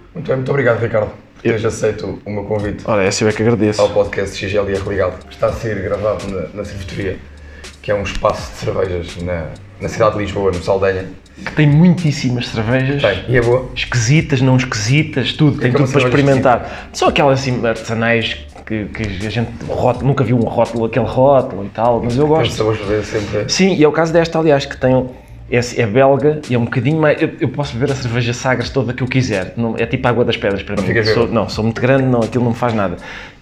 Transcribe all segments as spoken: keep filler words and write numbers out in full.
Muito bem, muito obrigado, Ricardo, por teres aceito o meu convite. Ora, essa eu é que agradeço. Ao podcast X L R Ligado, que está a ser gravado na, na Cervejaria, que é um espaço de cervejas na, na cidade de Lisboa, no Saldanha. Que tem muitíssimas cervejas. Tem, e é boa. Esquisitas, não esquisitas, tudo, tem é tudo para experimentar. Esquisita. São aquelas assim artesanais que, que a gente rótulo, nunca viu um rótulo, aquele rótulo e tal, mas eu gosto. Sabores de sempre. Sim, e é o caso desta, aliás, que tem, é, é belga e é um bocadinho mais. Eu, eu posso beber a cerveja Sagres toda que eu quiser, não, é tipo água das pedras para não mim. Sou, não, sou muito grande, não, aquilo não me faz nada.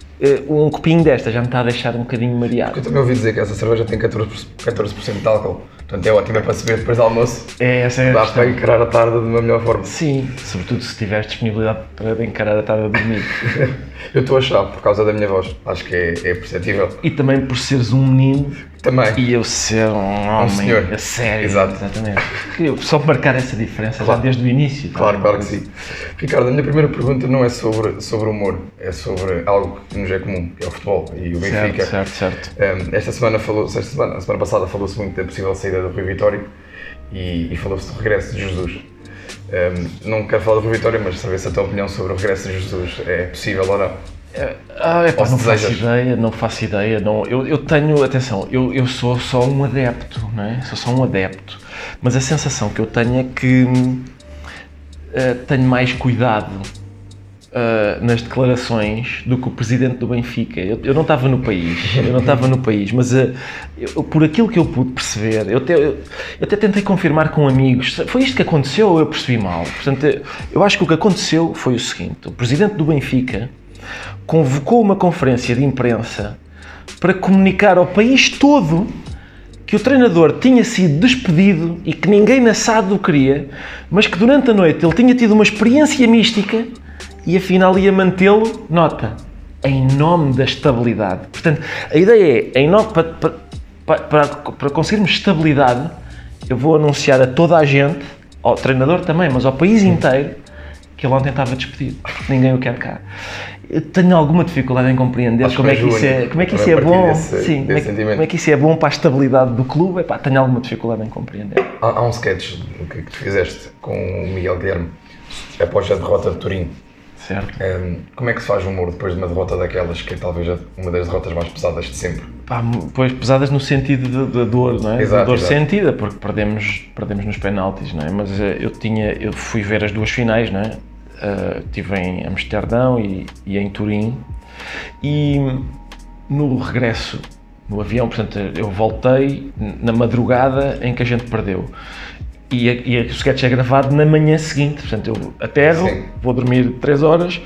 Um copinho desta já me está a deixar um bocadinho mareado. Eu também ouvi dizer que essa cerveja tem catorze por cento de álcool, portanto é ótima para se beber depois do almoço. É, essa é a Dá questão. para encarar a tarde de uma melhor forma. Sim, sobretudo se tiveres disponibilidade para encarar a tarde a dormir. Eu estou a achar, por causa da minha voz, acho que é, é perceptível. E também por seres um menino. Também. E eu ser um homem, um senhor. A sério. Exato. Exatamente. Queria só marcar essa diferença claro. Já desde o início. Claro, claro que sim. Ricardo, a minha primeira pergunta não é sobre, sobre humor, é sobre algo que nos é comum, que é o futebol e o Benfica. Certo, certo, certo. Um, esta semana falou, esta semana, a semana passada falou-se muito da possível saída do Rui Vitória e, e falou-se do regresso de Jesus. Um, não quero falar do Rui Vitória, mas saber se a tua opinião sobre o regresso de Jesus é possível ou não. Ah, é pá, não faço ideia, não faço ideia, não, eu, eu tenho, atenção, eu, eu sou só um adepto, não é? Sou só um adepto, mas a sensação que eu tenho é que uh, tenho mais cuidado uh, nas declarações do que o presidente do Benfica. Eu, eu não estava no país, eu não estava no país, mas uh, eu, por aquilo que eu pude perceber, eu até, eu, eu até tentei confirmar com amigos, foi isto que aconteceu ou eu percebi mal? Portanto, eu acho que o que aconteceu foi o seguinte, o presidente do Benfica convocou uma conferência de imprensa para comunicar ao país todo que o treinador tinha sido despedido e que ninguém na S A D o queria, mas que durante a noite ele tinha tido uma experiência mística e afinal ia mantê-lo, nota, em nome da estabilidade. Portanto, a ideia é, em nome, para, para, para, para conseguirmos estabilidade, eu vou anunciar a toda a gente, ao treinador também, mas ao país inteiro, que ele ontem estava despedido, porque ninguém o quer cá. Eu tenho alguma dificuldade em compreender como é, que isso é, como é que isso é bom, desse, sim, desse como, é, como é que isso é bom para a estabilidade do clube. Epá, tenho alguma dificuldade em compreender. Há, há um sketch que, que tu fizeste com o Miguel Guilherme após a derrota de Turim. Certo. Um, como é que se faz humor depois de uma derrota daquelas que é talvez uma das derrotas mais pesadas de sempre? Pá, pois pesadas no sentido da dor, não é? Exato, dor exato. sentida, porque perdemos, perdemos nos penaltis, não é? Mas uh, eu tinha, eu fui ver as duas finais, não é? Uh, estive em Amsterdão e, e em Turim e no regresso no avião, portanto eu voltei na madrugada em que a gente perdeu e, a, e o sketch é gravado na manhã seguinte, portanto eu aterro, Sim. vou dormir três horas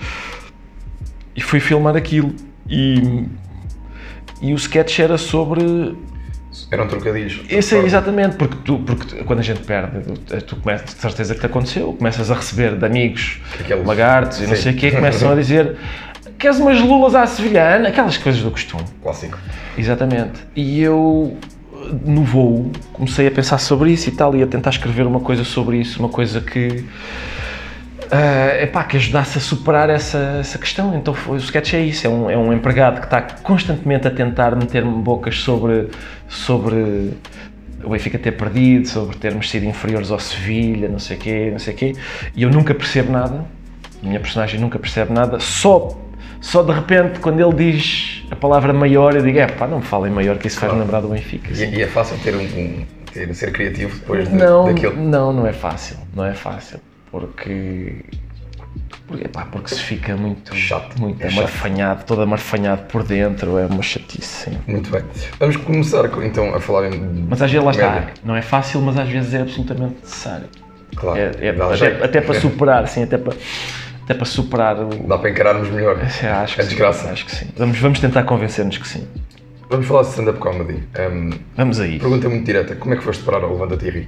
e fui filmar aquilo e, e o sketch era sobre... Eram trocadilhos. Isso é exatamente, porque, tu, porque tu, quando a gente perde, tu, tu começas, de certeza que te aconteceu, começas a receber de amigos, Aqueles, lagartos sim. e não sei o quê, começam a dizer queres umas lulas à sevilhana, aquelas coisas do costume. Clássico. Exatamente. E eu, no voo, comecei a pensar sobre isso e tal, e a tentar escrever uma coisa sobre isso, uma coisa que... Uh, epá, que ajudasse a superar essa, essa questão. Então foi, o sketch é isso, é um, é um empregado que está constantemente a tentar meter-me bocas sobre, sobre o Benfica ter perdido, sobre termos sido inferiores ao Sevilha, não sei o quê, não sei o quê, e eu nunca percebo nada, a minha personagem nunca percebe nada, só, só de repente quando ele diz a palavra maior eu digo, é pá, não me falem maior que isso faz claro. lembrar do Benfica. Assim. E, e é fácil ter um, um ter, ser criativo depois de, não, daquilo? Não, não é fácil, não é fácil. Porque, porque, pá, porque se fica muito chato, muito é amarfanhado, todo amarfanhado por dentro, é uma chatice. Sim. Muito bem. Vamos começar então a falar em... Mas às vezes, lá está, não é fácil, mas às vezes é absolutamente necessário. Claro. É, é, até, até para superar, sim, até para, até para superar o... Dá para encararmos melhor é, acho que a desgraça. Sim, acho que sim. Vamos, vamos tentar convencer-nos que sim. Vamos falar de stand-up comedy. Um, vamos aí. Pergunta muito direta, como é que foste parar ao Levanta-te e Ri?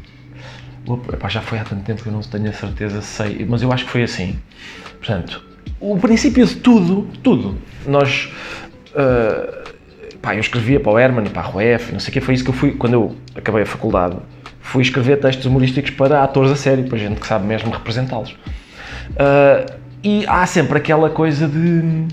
Epá, já foi há tanto tempo que eu não tenho a certeza, sei, mas eu acho que foi assim. Portanto, o princípio de tudo, tudo, nós, uh, pá, eu escrevia para o Herman e para a R U F, não sei o que, foi isso que eu fui, quando eu acabei a faculdade, fui escrever textos humorísticos para atores a sério, para gente que sabe mesmo representá-los. Uh, e há sempre aquela coisa de...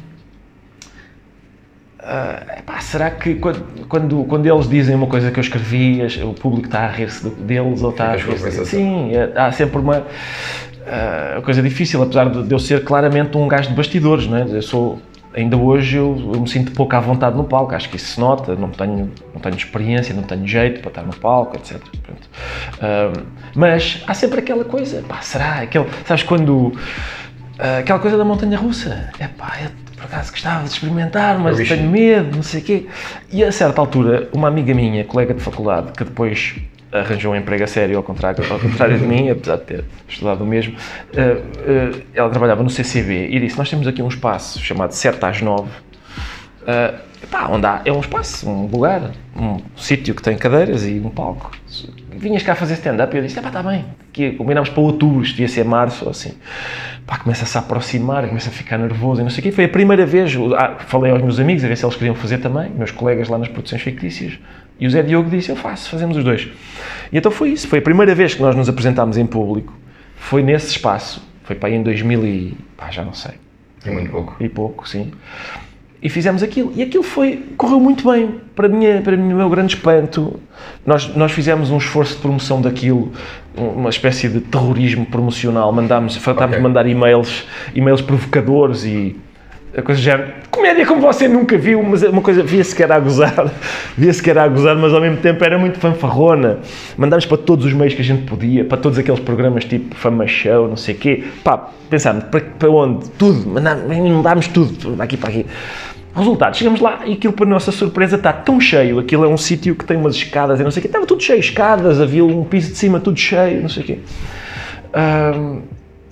Uh, epá, será que quando, quando, quando eles dizem uma coisa que eu escrevi, o público está a rir-se deles ou está a rir-se? Sim, há sempre uma... uh, a coisa difícil, apesar de, de eu ser claramente um gajo de bastidores, não é? Eu sou, ainda hoje eu, eu me sinto pouco à vontade no palco, acho que isso se nota, não tenho, não tenho experiência, não tenho jeito para estar no palco, etcétera. Uh, mas há sempre aquela coisa, pá, será? Aquele, sabes, quando... Uh, aquela coisa da montanha-russa, é pá, eu por acaso gostava de experimentar, mas eu tenho medo, não sei o quê. E a certa altura, uma amiga minha, colega de faculdade, que depois arranjou um emprego a sério, ao contrário, ao contrário de mim, apesar de ter estudado o mesmo, uh, uh, ela trabalhava no C C B e disse, nós temos aqui um espaço chamado sete às nove, uh, pá, onde há, é um espaço, um lugar, um sítio que tem cadeiras e um palco. Vinhas cá fazer stand-up e eu disse, pá, está bem, que combinámos para outubro, isto devia ser março ou assim. Pá, começa-se a aproximar, começa a ficar nervoso e não sei o quê. Foi a primeira vez, ah, falei aos meus amigos a ver se eles queriam fazer também, meus colegas lá nas produções fictícias, e o Zé Diogo disse, eu faço, fazemos os dois. E então foi isso, foi a primeira vez que nós nos apresentámos em público, foi nesse espaço, foi para aí em dois mil e, pá, já não sei. E muito pouco. E pouco, sim. E fizemos aquilo, e aquilo foi, correu muito bem, para, minha, para o meu grande espanto, nós, nós fizemos um esforço de promoção daquilo, uma espécie de terrorismo promocional, mandámos, fartámos de mandar e-mails, e-mails provocadores e a coisa já, comédia como você nunca viu, mas uma coisa, via-se que era a gozar, via-se que era a gozar, mas ao mesmo tempo era muito fanfarrona, mandámos para todos os meios que a gente podia, para todos aqueles programas tipo Fama Show, não sei o quê, pá, pensámos, para, para onde? Tudo, mandámos tudo, daqui para aqui. Resultado, chegamos lá e aquilo, para a nossa surpresa, está tão cheio. Aquilo é um sítio que tem umas escadas e não sei o quê. Estava tudo cheio, escadas, havia um piso de cima tudo cheio, não sei o quê. Um,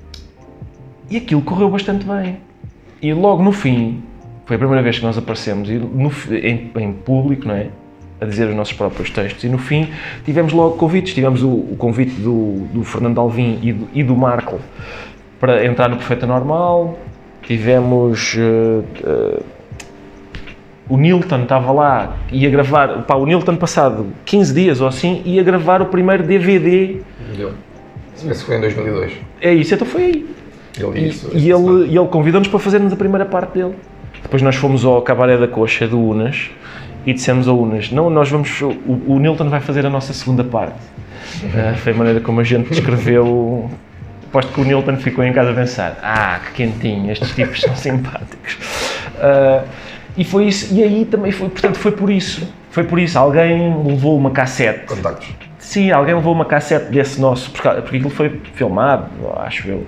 e aquilo correu bastante bem. E logo no fim, foi a primeira vez que nós aparecemos e no, em, em público, não é? A dizer os nossos próprios textos. E no fim tivemos logo convites. Tivemos o, o convite do, do Fernando Alvim e do, e do Marco para entrar no Perfeita Normal. Tivemos... Uh, uh, O Nilton estava lá, ia gravar, pá, o Nilton passado quinze dias ou assim, ia gravar o primeiro D V D. Deu. Isso foi em dois mil e dois. É isso, então foi aí. Ele e, isso, e ele, e ele convidou-nos para fazermos a primeira parte dele. Depois nós fomos ao Cabaré da Coxa do Unas e dissemos ao Unas, não, nós vamos, o, o Nilton vai fazer a nossa segunda parte. Uh, foi a maneira como a gente descreveu. Aposto que o Nilton ficou em casa a pensar, ah, que quentinho, estes tipos são simpáticos. Uh, E foi isso, e aí também foi, portanto, foi por isso, foi por isso, alguém levou uma cassete. Contactos. Sim, alguém levou uma cassete desse nosso, porque, porque aquilo foi filmado, acho eu.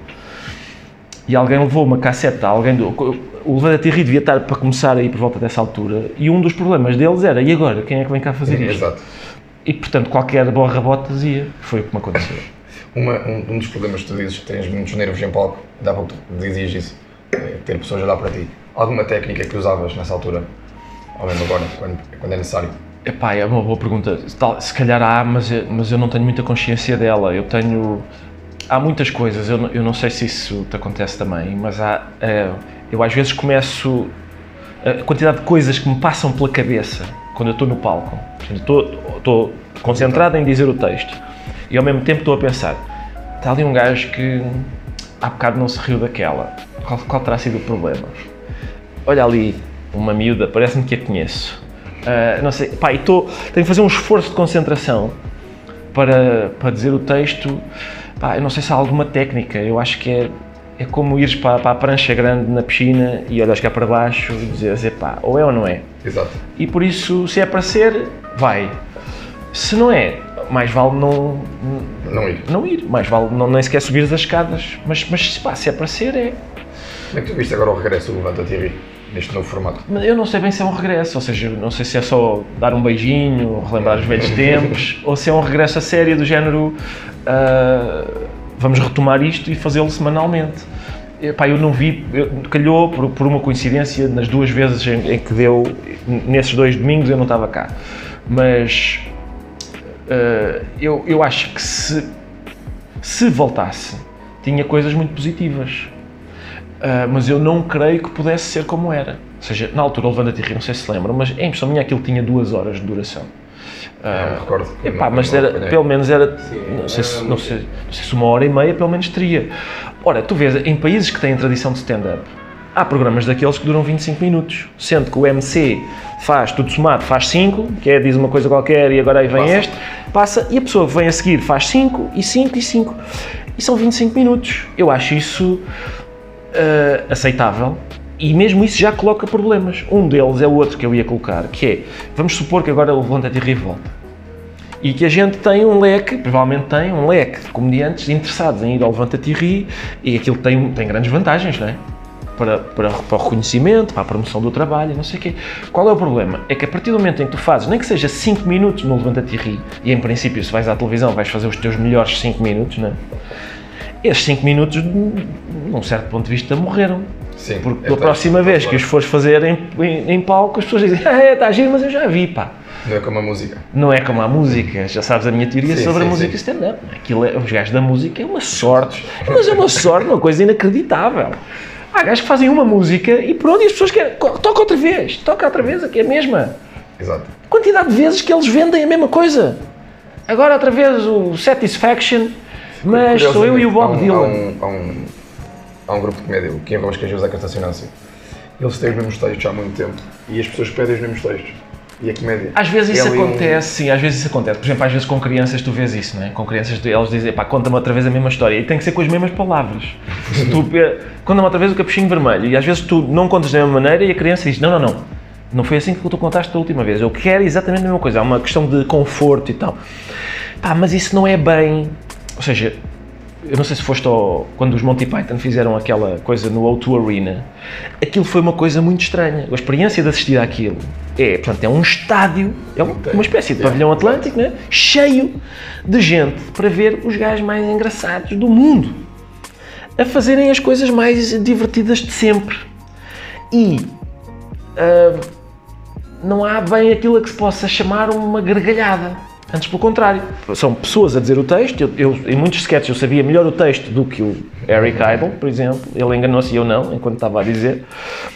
E alguém levou uma cassete, alguém do, o Levanta Thierry devia estar para começar aí por volta dessa altura, e um dos problemas deles era, e agora, quem é que vem cá fazer isto? Exato. E portanto, qualquer borra-botas ia, foi o que me aconteceu. Uma, um, um dos problemas que tu dizes, que tens muitos nervos em palco, dá para que tu dizias isso, é ter pessoas a olhar para ti. Alguma técnica que usavas nessa altura, ou mesmo agora, quando, quando é necessário? Epá, é uma boa pergunta. Se calhar há, mas eu, mas eu não tenho muita consciência dela. Eu tenho... Há muitas coisas, eu não, eu não sei se isso te acontece também, mas há... É, eu às vezes começo... A quantidade de coisas que me passam pela cabeça quando eu estou no palco. Estou, estou concentrado em dizer o texto e ao mesmo tempo estou a pensar, está ali um gajo que há bocado não se riu daquela. Qual, qual terá sido o problema? Olha ali, uma miúda, parece-me que a conheço. Uh, não sei, pá, e tô, tenho que fazer um esforço de concentração para, para dizer o texto. Pá, eu não sei se há alguma técnica, eu acho que é, é como ires para, para a prancha grande na piscina e olhas cá para baixo e dizer, pá, ou é ou não é. Exato. E por isso, se é para ser, vai. Se não é, mais vale não, não ir. Não ir, mais vale não, nem sequer subir as escadas, mas, mas pá, se é para ser, é. Como é que tu viste agora o regresso do Levanta Thierry? Neste novo formato? Eu não sei bem se é um regresso, ou seja, não sei se é só dar um beijinho, relembrar os velhos tempos, ou se é um regresso a sério do género uh, vamos retomar isto e fazê-lo semanalmente. Epá, eu não vi, eu, calhou por, por uma coincidência, nas duas vezes em, em que deu, nesses dois domingos eu não estava cá, mas uh, eu, eu acho que se, se voltasse, tinha coisas muito positivas. Uh, mas eu não creio que pudesse ser como era. Ou seja, na altura o Levanta Thierry, não sei se lembram, mas a impressão minha é que ele tinha duas horas de duração. Uh, não me recordo. Epá, não, mas não, era, não, não. pelo menos era, Sim, não, sei se, era não, sei, não sei se uma hora e meia pelo menos teria. Ora, tu vês, em países que têm tradição de stand-up, há programas daqueles que duram vinte e cinco minutos, sendo que o M C faz tudo somado, faz cinco, que é, diz uma coisa qualquer e agora aí vem Passa. este, passa, e a pessoa que vem a seguir faz cinco, e cinco, e cinco. e são vinte e cinco minutos. Eu acho isso uh, aceitável e mesmo isso já coloca problemas. Um deles é o outro que eu ia colocar, que é, vamos supor que agora o Levanta-te e Ri volta. E que a gente tem um leque, provavelmente tem um leque de comediantes interessados em ir ao Levanta-te e Ri, e aquilo tem, tem grandes vantagens, não é? Para, para, para o reconhecimento, para a promoção do trabalho, não sei o quê. Qual é o problema? É que a partir do momento em que tu fazes, nem que seja cinco minutos no Levanta-te e Ri, e em princípio se vais à televisão vais fazer os teus melhores cinco minutos, não é? Esses cinco minutos, num certo ponto de vista, morreram. Sim, porque é a próxima vez que os fores fazer em, em, em palco, as pessoas dizem, ah, está giro, mas eu já vi, pá. Não é como a música. Não é como a música, já sabes a minha teoria sim, sobre sim, a música stand-up. Aquilo é, os gajos da música é uma sorte, mas é uma sorte, uma coisa inacreditável. Há gajos que fazem uma música e pronto, e as pessoas querem, toca outra vez, toca outra vez, aqui é a mesma. Exato. Quantidade de vezes que eles vendem a mesma coisa. Agora outra vez o Satisfaction, mas sou eu e o Bob há um, Dylan. Há um, há, um, há um grupo de comédia, o Kim Roscas e o Zeca Estacionância. Eles têm os mesmos textos há muito tempo e as pessoas pedem os mesmos textos. E a comédia. Às vezes isso acontece, um... sim, às vezes isso acontece. Por exemplo, às vezes com crianças tu vês isso, não é? Com crianças elas dizem, pá, conta-me outra vez a mesma história. E tem que ser com as mesmas palavras. Se tu, conta-me outra vez o capuchinho vermelho. E às vezes tu não contas da mesma maneira e a criança diz, não, não, não. Não foi assim que tu contaste da última vez. Eu quero exatamente a mesma coisa. Há uma questão de conforto e tal. Pá, mas isso não é bem... Ou seja, eu não sei se foste ao, quando os Monty Python fizeram aquela coisa no O dois Arena, aquilo foi uma coisa muito estranha. A experiência de assistir àquilo é, portanto, é um estádio, é uma espécie de pavilhão atlântico, né? Cheio de gente para ver os gajos mais engraçados do mundo a fazerem as coisas mais divertidas de sempre. E uh, não há bem aquilo a que se possa chamar uma gargalhada. Antes, pelo contrário, são pessoas a dizer o texto. Eu, eu, em muitos sketches eu sabia melhor o texto do que o Eric Idle, por exemplo. Ele enganou-se e eu não, enquanto estava a dizer.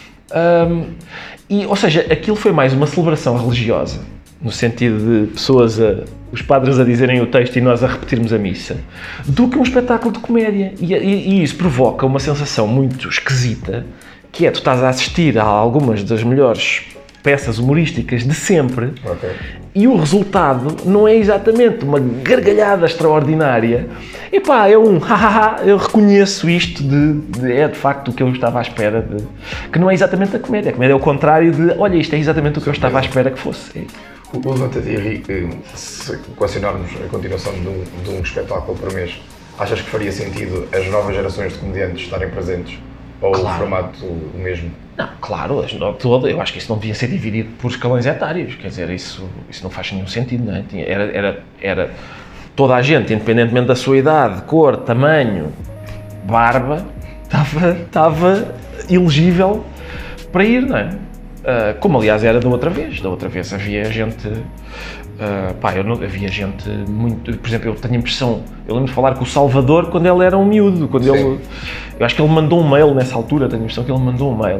Um, e, ou seja, aquilo foi mais uma celebração religiosa, no sentido de pessoas, a, os padres a dizerem o texto e nós a repetirmos a missa, do que um espetáculo de comédia. E, e, e isso provoca uma sensação muito esquisita, que é, tu estás a assistir a algumas das melhores peças humorísticas de sempre, okay. E o resultado não é exatamente uma gargalhada extraordinária. E pá, é um hahaha, eu reconheço isto de, de é de facto o que eu estava à espera de, que não é exatamente a comédia. A comédia é o contrário de, olha, isto é exatamente o que eu estava à espera que fosse. É. O Levanta-te e Ri, se equacionarmos a continuação de um, de um espetáculo por mês, achas que faria sentido as novas gerações de comediantes estarem presentes? Ou claro. O formato o mesmo? Não, claro, todo, eu acho que isso não devia ser dividido por escalões etários, quer dizer, isso, isso não faz nenhum sentido, não é? Era, era, era toda a gente, independentemente da sua idade, cor, tamanho, barba, estava, estava elegível para ir, não é? Uh, como aliás era da outra vez, da outra vez havia gente, uh, pá, eu não, havia gente muito, por exemplo, eu tenho a impressão, eu lembro de falar com o Salvador quando ele era um miúdo, quando ele, eu acho que ele mandou um mail nessa altura, tenho a impressão que ele mandou um mail,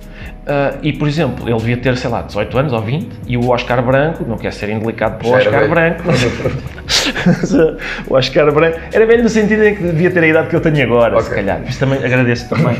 uh, e por exemplo, ele devia ter, sei lá, dezoito anos ou vinte, e o Oscar Branco, não quer ser indelicado para o Oscar Branco, mas, o Oscar Branco, era velho no sentido em que devia ter a idade que eu tenho agora, okay. Se calhar, isso também, agradeço também.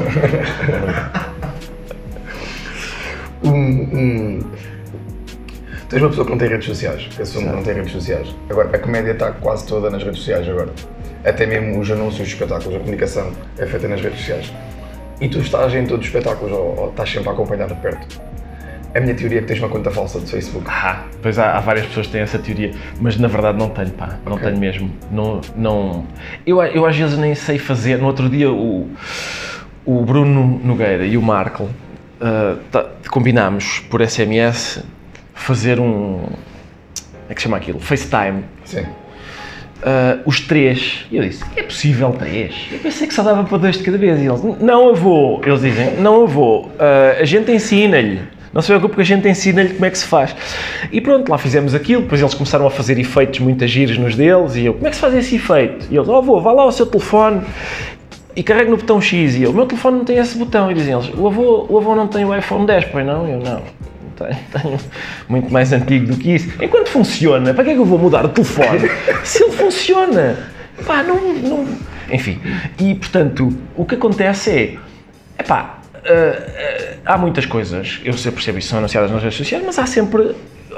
Um, um... Tu és uma pessoa que não tem redes sociais, assumo que não tem redes sociais. Agora, a comédia está quase toda nas redes sociais agora. Até mesmo os anúncios, os espetáculos, a comunicação é feita nas redes sociais. E tu estás em todos os espetáculos ou, ou estás sempre a acompanhar de perto. A minha teoria é que tens uma conta falsa de Facebook. Ah, pois há, há várias pessoas que têm essa teoria, mas na verdade não tenho, pá, não okay. tenho mesmo. Não, não... Eu, eu às vezes nem sei fazer. No outro dia o, o Bruno Nogueira e o Marco Uh, tá, combinámos por S M S fazer um, é que chama aquilo? FaceTime. Sim. Uh, os três. E eu disse, é possível três? Eu pensei que só dava para dois de cada vez. E eles, não avô. Eles dizem, não avô, uh, a gente ensina-lhe. Não se preocupe que a gente ensina-lhe como é que se faz. E pronto, lá fizemos aquilo, depois eles começaram a fazer efeitos muito giros nos deles e eu, como é que se faz esse efeito? E eles, ó avô, vá lá ao seu telefone e carrega no botão X, e eu, o meu telefone não tem esse botão, e dizem eles, o avô, o avô não tem o iPhone dez, pois não? Eu, não, tenho, tenho muito mais antigo do que isso. Enquanto funciona, para que é que eu vou mudar o telefone? Se ele funciona, pá, não, não... Enfim, e portanto, o que acontece é, epá, uh, uh, há muitas coisas, eu sei, percebo isso, são anunciadas nas redes sociais, mas há sempre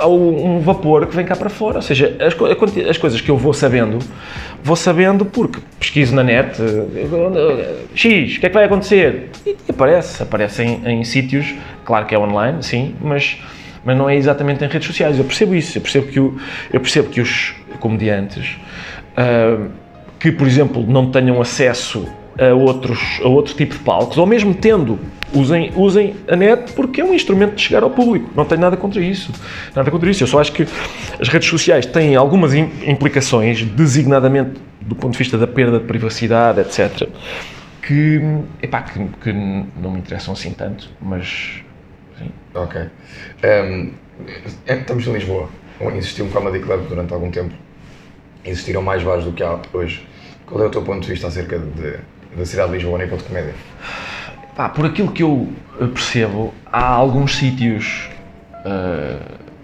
há um vapor que vem cá para fora, ou seja, as, as coisas que eu vou sabendo, vou sabendo porque pesquiso na net, X, o que é que vai acontecer? E aparece, aparece em, em sítios, claro que é online, sim, mas, mas não é exatamente em redes sociais, eu percebo isso, eu percebo que, o, eu percebo que os comediantes, uh, que por exemplo não tenham acesso a, outros, a outro tipo de palcos, ou mesmo tendo, usem, usem a net porque é um instrumento de chegar ao público, não tenho nada contra isso, nada contra isso, eu só acho que as redes sociais têm algumas implicações, designadamente do ponto de vista da perda de privacidade, etcétera, que, epá, que, que não me interessam assim tanto, mas sim. Ok. Um, estamos em Lisboa, existiu um comedy club durante algum tempo, existiram mais bares do que há hoje. Qual é o teu ponto de vista acerca de, da cidade de Lisboa a nível de comédia? Pá, por aquilo que eu percebo, há alguns sítios, uh,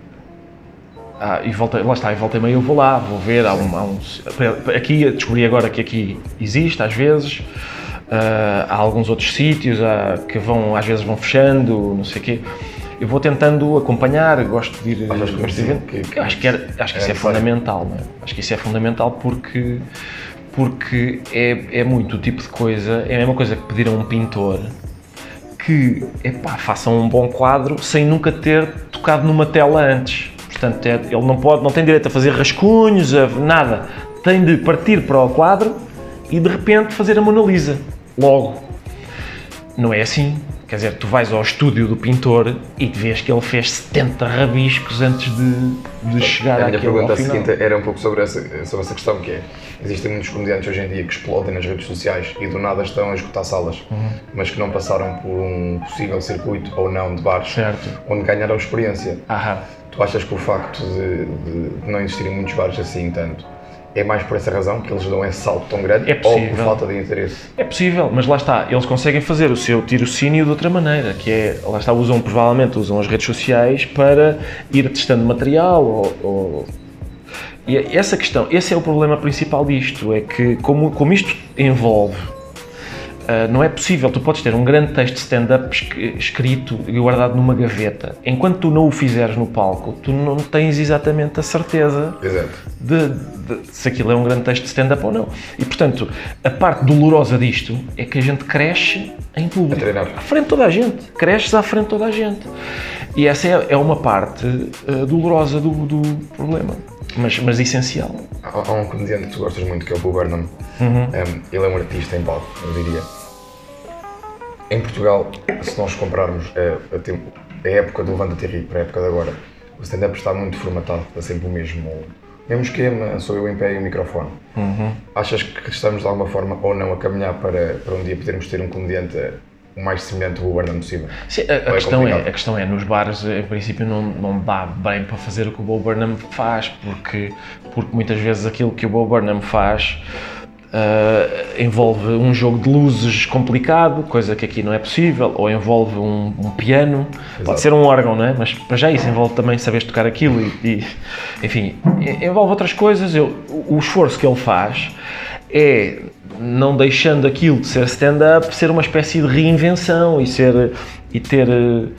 ah, e volta, lá está, e volta e meia eu vou lá, vou ver, há, um, há uns, aqui, descobri agora que aqui existe às vezes, uh, há alguns outros sítios uh, que vão, às vezes vão fechando, não sei o quê. Eu vou tentando acompanhar, gosto de ir, Mas, gosto de ir que, que, acho que, é, acho que é isso é fundamental, não é? Acho que isso é fundamental porque, porque é, é muito o tipo de coisa, é a mesma coisa que pedir a um pintor que, epá, faça um bom quadro sem nunca ter tocado numa tela antes. Portanto, é, ele não pode, não tem direito a fazer rascunhos, a, nada. Tem de partir para o quadro e de repente fazer a Mona Lisa, logo. Não é assim. Quer dizer, tu vais ao estúdio do pintor e te vês que ele fez setenta rabiscos antes de, de chegar àquele ao final. A minha pergunta seguinte era um pouco sobre essa, sobre essa questão, que é, existem muitos comediantes hoje em dia que explodem nas redes sociais e do nada estão a esgotar salas, uhum. mas que não passaram por um possível circuito ou não de bares, certo. Onde ganharam experiência. Aham. Tu achas que o facto de, de, de não existirem muitos bares assim tanto, é mais por essa razão que eles dão esse salto tão grande, é ou por falta de interesse? É possível, mas lá está, eles conseguem fazer o seu tirocínio de outra maneira, que é, lá está, usam, provavelmente usam as redes sociais para ir testando material, ou, ou... e essa questão, esse é o problema principal disto, é que como, como isto envolve, Uh, não é possível, tu podes ter um grande texto de stand-up escrito e guardado numa gaveta, enquanto tu não o fizeres no palco, tu não tens exatamente a certeza de, de se aquilo é um grande texto de stand-up ou não. E portanto, a parte dolorosa disto é que a gente cresce em público, à frente de toda a gente, cresces à frente de toda a gente. E essa é, é uma parte uh, dolorosa do, do problema. Mas, mas essencial. Há, há um comediante que tu gostas muito, que é o Bo Burnham. Uhum. Um, ele é um artista em palco, eu diria. Em Portugal, se nós compararmos a, a, tempo, a época do Levanta-te e Ri para a época de agora, o stand-up está muito formatado, está sempre o mesmo, o mesmo esquema, sou eu em pé e o microfone. Uhum. Achas que estamos de alguma forma ou não a caminhar para, para um dia podermos ter um comediante o mais semelhante ao Bo Burnham possível? Sim, a, a, é questão é, a questão é, nos bares, em princípio, não, não dá bem para fazer o que o Bo Burnham faz, porque, porque muitas vezes aquilo que o Bo Burnham faz uh, envolve um jogo de luzes complicado, coisa que aqui não é possível, ou envolve um, um piano, exato. Pode ser um órgão, não é? Mas para já isso envolve também saberes tocar aquilo e, e enfim, envolve outras coisas. Eu, o esforço que ele faz é não deixando aquilo de ser stand-up ser uma espécie de reinvenção e, ser, e ter, uh,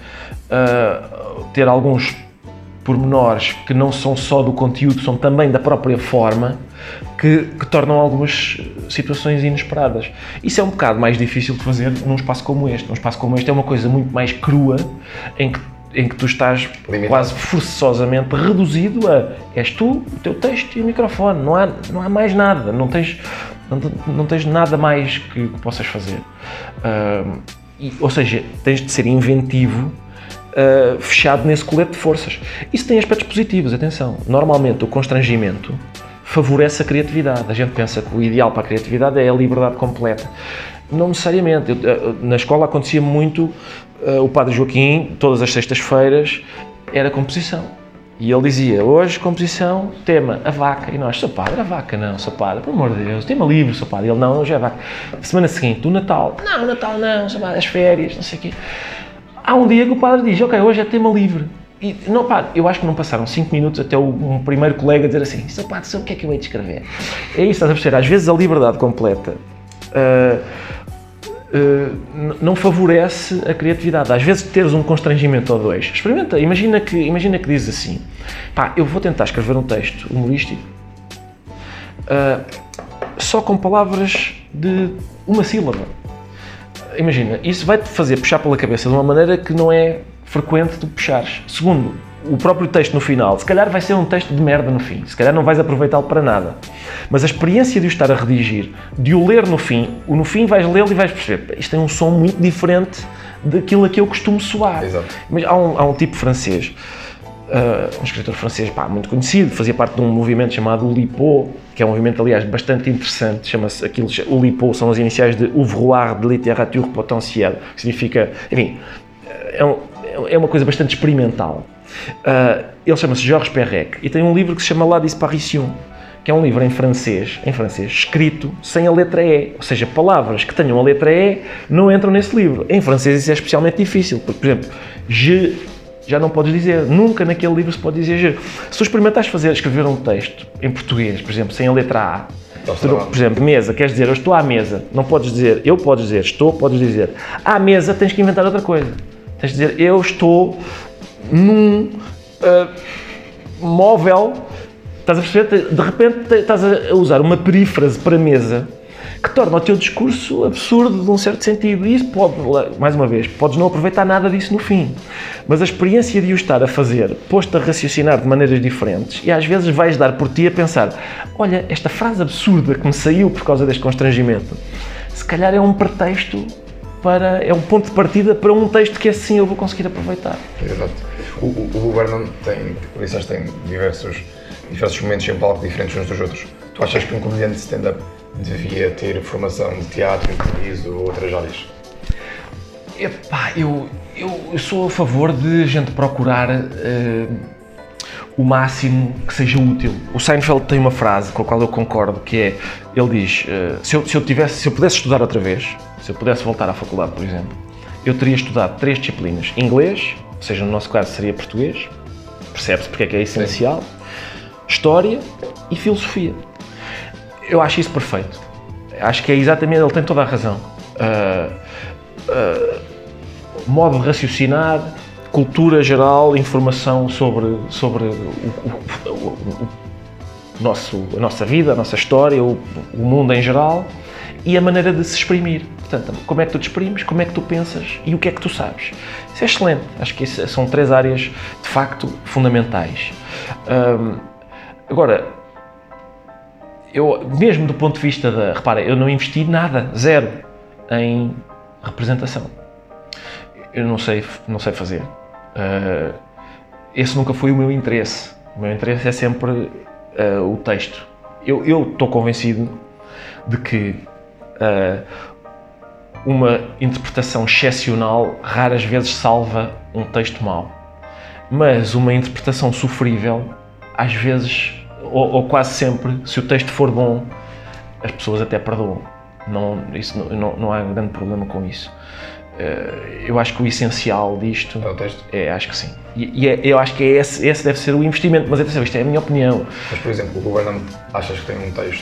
ter alguns pormenores que não são só do conteúdo, são também da própria forma, que, que tornam algumas situações inesperadas. Isso é um bocado mais difícil de fazer num espaço como este. Num espaço como este é uma coisa muito mais crua, em que em que tu estás limitado, quase forçosamente reduzido a és tu, o teu texto e o microfone, não há, não há mais nada, não tens, não, não tens nada mais que, que possas fazer. Uh, e, ou seja, tens de ser inventivo, uh, fechado nesse colete de forças. Isso tem aspectos positivos, atenção. Normalmente o constrangimento favorece a criatividade. A gente pensa que o ideal para a criatividade é a liberdade completa. Não necessariamente. Eu, na escola acontecia muito. Uh, o Padre Joaquim, todas as sextas-feiras, era composição. E ele dizia, hoje composição, tema, a vaca. E nós, seu padre, a vaca não, seu padre, pelo amor de Deus, tema livre, seu padre. Ele, não, hoje é a vaca. Semana seguinte, o Natal. Não, o Natal não, seu padre, as férias, não sei o quê. Há um dia que o padre diz, ok, hoje é tema livre. E, não, pá, eu acho que não passaram cinco minutos até o, um primeiro colega dizer assim, seu padre, sabe o que é que eu hei de escrever? É isso, estás a perceber? Às vezes a liberdade completa uh, uh, não favorece a criatividade. Às vezes teres um constrangimento ou dois. Experimenta, imagina que, imagina que dizes assim, pá, eu vou tentar escrever um texto humorístico uh, só com palavras de uma sílaba. Imagina, isso vai-te fazer puxar pela cabeça de uma maneira que não é frequente tu puxares. Segundo, o próprio texto no final, se calhar vai ser um texto de merda no fim, se calhar não vais aproveitá-lo para nada. Mas a experiência de o estar a redigir, de o ler no fim, no fim vais lê-lo e vais perceber, isto tem um som muito diferente daquilo a que eu costumo soar. Exato. Mas há um, há um tipo francês, uh, um escritor francês pá, muito conhecido, fazia parte de um movimento chamado Oulipo, que é um movimento, aliás, bastante interessante, chama-se aquilo, Oulipo, são as iniciais de Ouvroir de Littérature Potentielle, que significa, enfim, é, um, é uma coisa bastante experimental. Uh, ele chama-se Georges Perec e tem um livro que se chama La Disparition, que é um livro em francês, em francês, escrito sem a letra E, ou seja, palavras que tenham a letra E não entram nesse livro. Em francês isso é especialmente difícil, porque, por exemplo, je já não podes dizer, nunca naquele livro se pode dizer je. Se tu experimentares fazer, escrever um texto em português, por exemplo, sem a letra A, por exemplo, mesa, queres dizer eu estou à mesa, não podes dizer eu, podes dizer estou, podes dizer à mesa, tens que inventar outra coisa. Tens de dizer eu estou num uh, móvel, estás a perceber? De repente estás a usar uma perífrase para mesa que torna o teu discurso absurdo de um certo sentido. E isso pode, mais uma vez, podes não aproveitar nada disso no fim. Mas a experiência de o estar a fazer, posto a raciocinar de maneiras diferentes, e às vezes vais dar por ti a pensar, olha, esta frase absurda que me saiu por causa deste constrangimento, se calhar é um pretexto para, é um ponto de partida para um texto que assim eu vou conseguir aproveitar. Exato. O, o, o Vernon tem, por isso tem diversos, diversos momentos em palco diferentes uns dos outros. Tu achas que um comediante de stand-up devia ter formação de teatro, de riso ou outras áreas? Epá, eu, eu sou a favor de a gente procurar uh, o máximo que seja útil. O Seinfeld tem uma frase com a qual eu concordo, que é, ele diz, uh, se, eu, se, eu tivesse, se eu pudesse estudar outra vez, se eu pudesse voltar à faculdade, por exemplo, eu teria estudado três disciplinas. Inglês, ou seja, no nosso caso seria português, percebe-se porque é que é essencial, sim. História e filosofia. Eu acho isso perfeito. Acho que é exatamente, ele tem toda a razão. Uh, uh, modo de raciocinar, cultura geral, informação sobre, sobre o, o, o, o nosso, a nossa vida, a nossa história, o, o mundo em geral e a maneira de se exprimir. Portanto, como é que tu te exprimes, como é que tu pensas e o que é que tu sabes. Isso é excelente. Acho que isso são três áreas, de facto, fundamentais. Um, agora, eu, mesmo do ponto de vista da... Repara, eu não investi nada, zero, em representação. Eu não sei, não sei fazer. Uh, esse nunca foi o meu interesse. O meu interesse é sempre uh, o texto. Eu, eu estou convencido de que uh, uma interpretação excepcional raras vezes salva um texto mau. Mas uma interpretação sofrível, às vezes, ou, ou quase sempre, se o texto for bom, as pessoas até perdoam. Não, isso, não, não há grande problema com isso. Uh, eu acho que o essencial disto é o texto? É, acho que sim. E, e é, eu acho que é esse, esse deve ser o investimento, mas atenção, isto é a minha opinião. Mas, por exemplo, o Vernon, achas que tem um texto,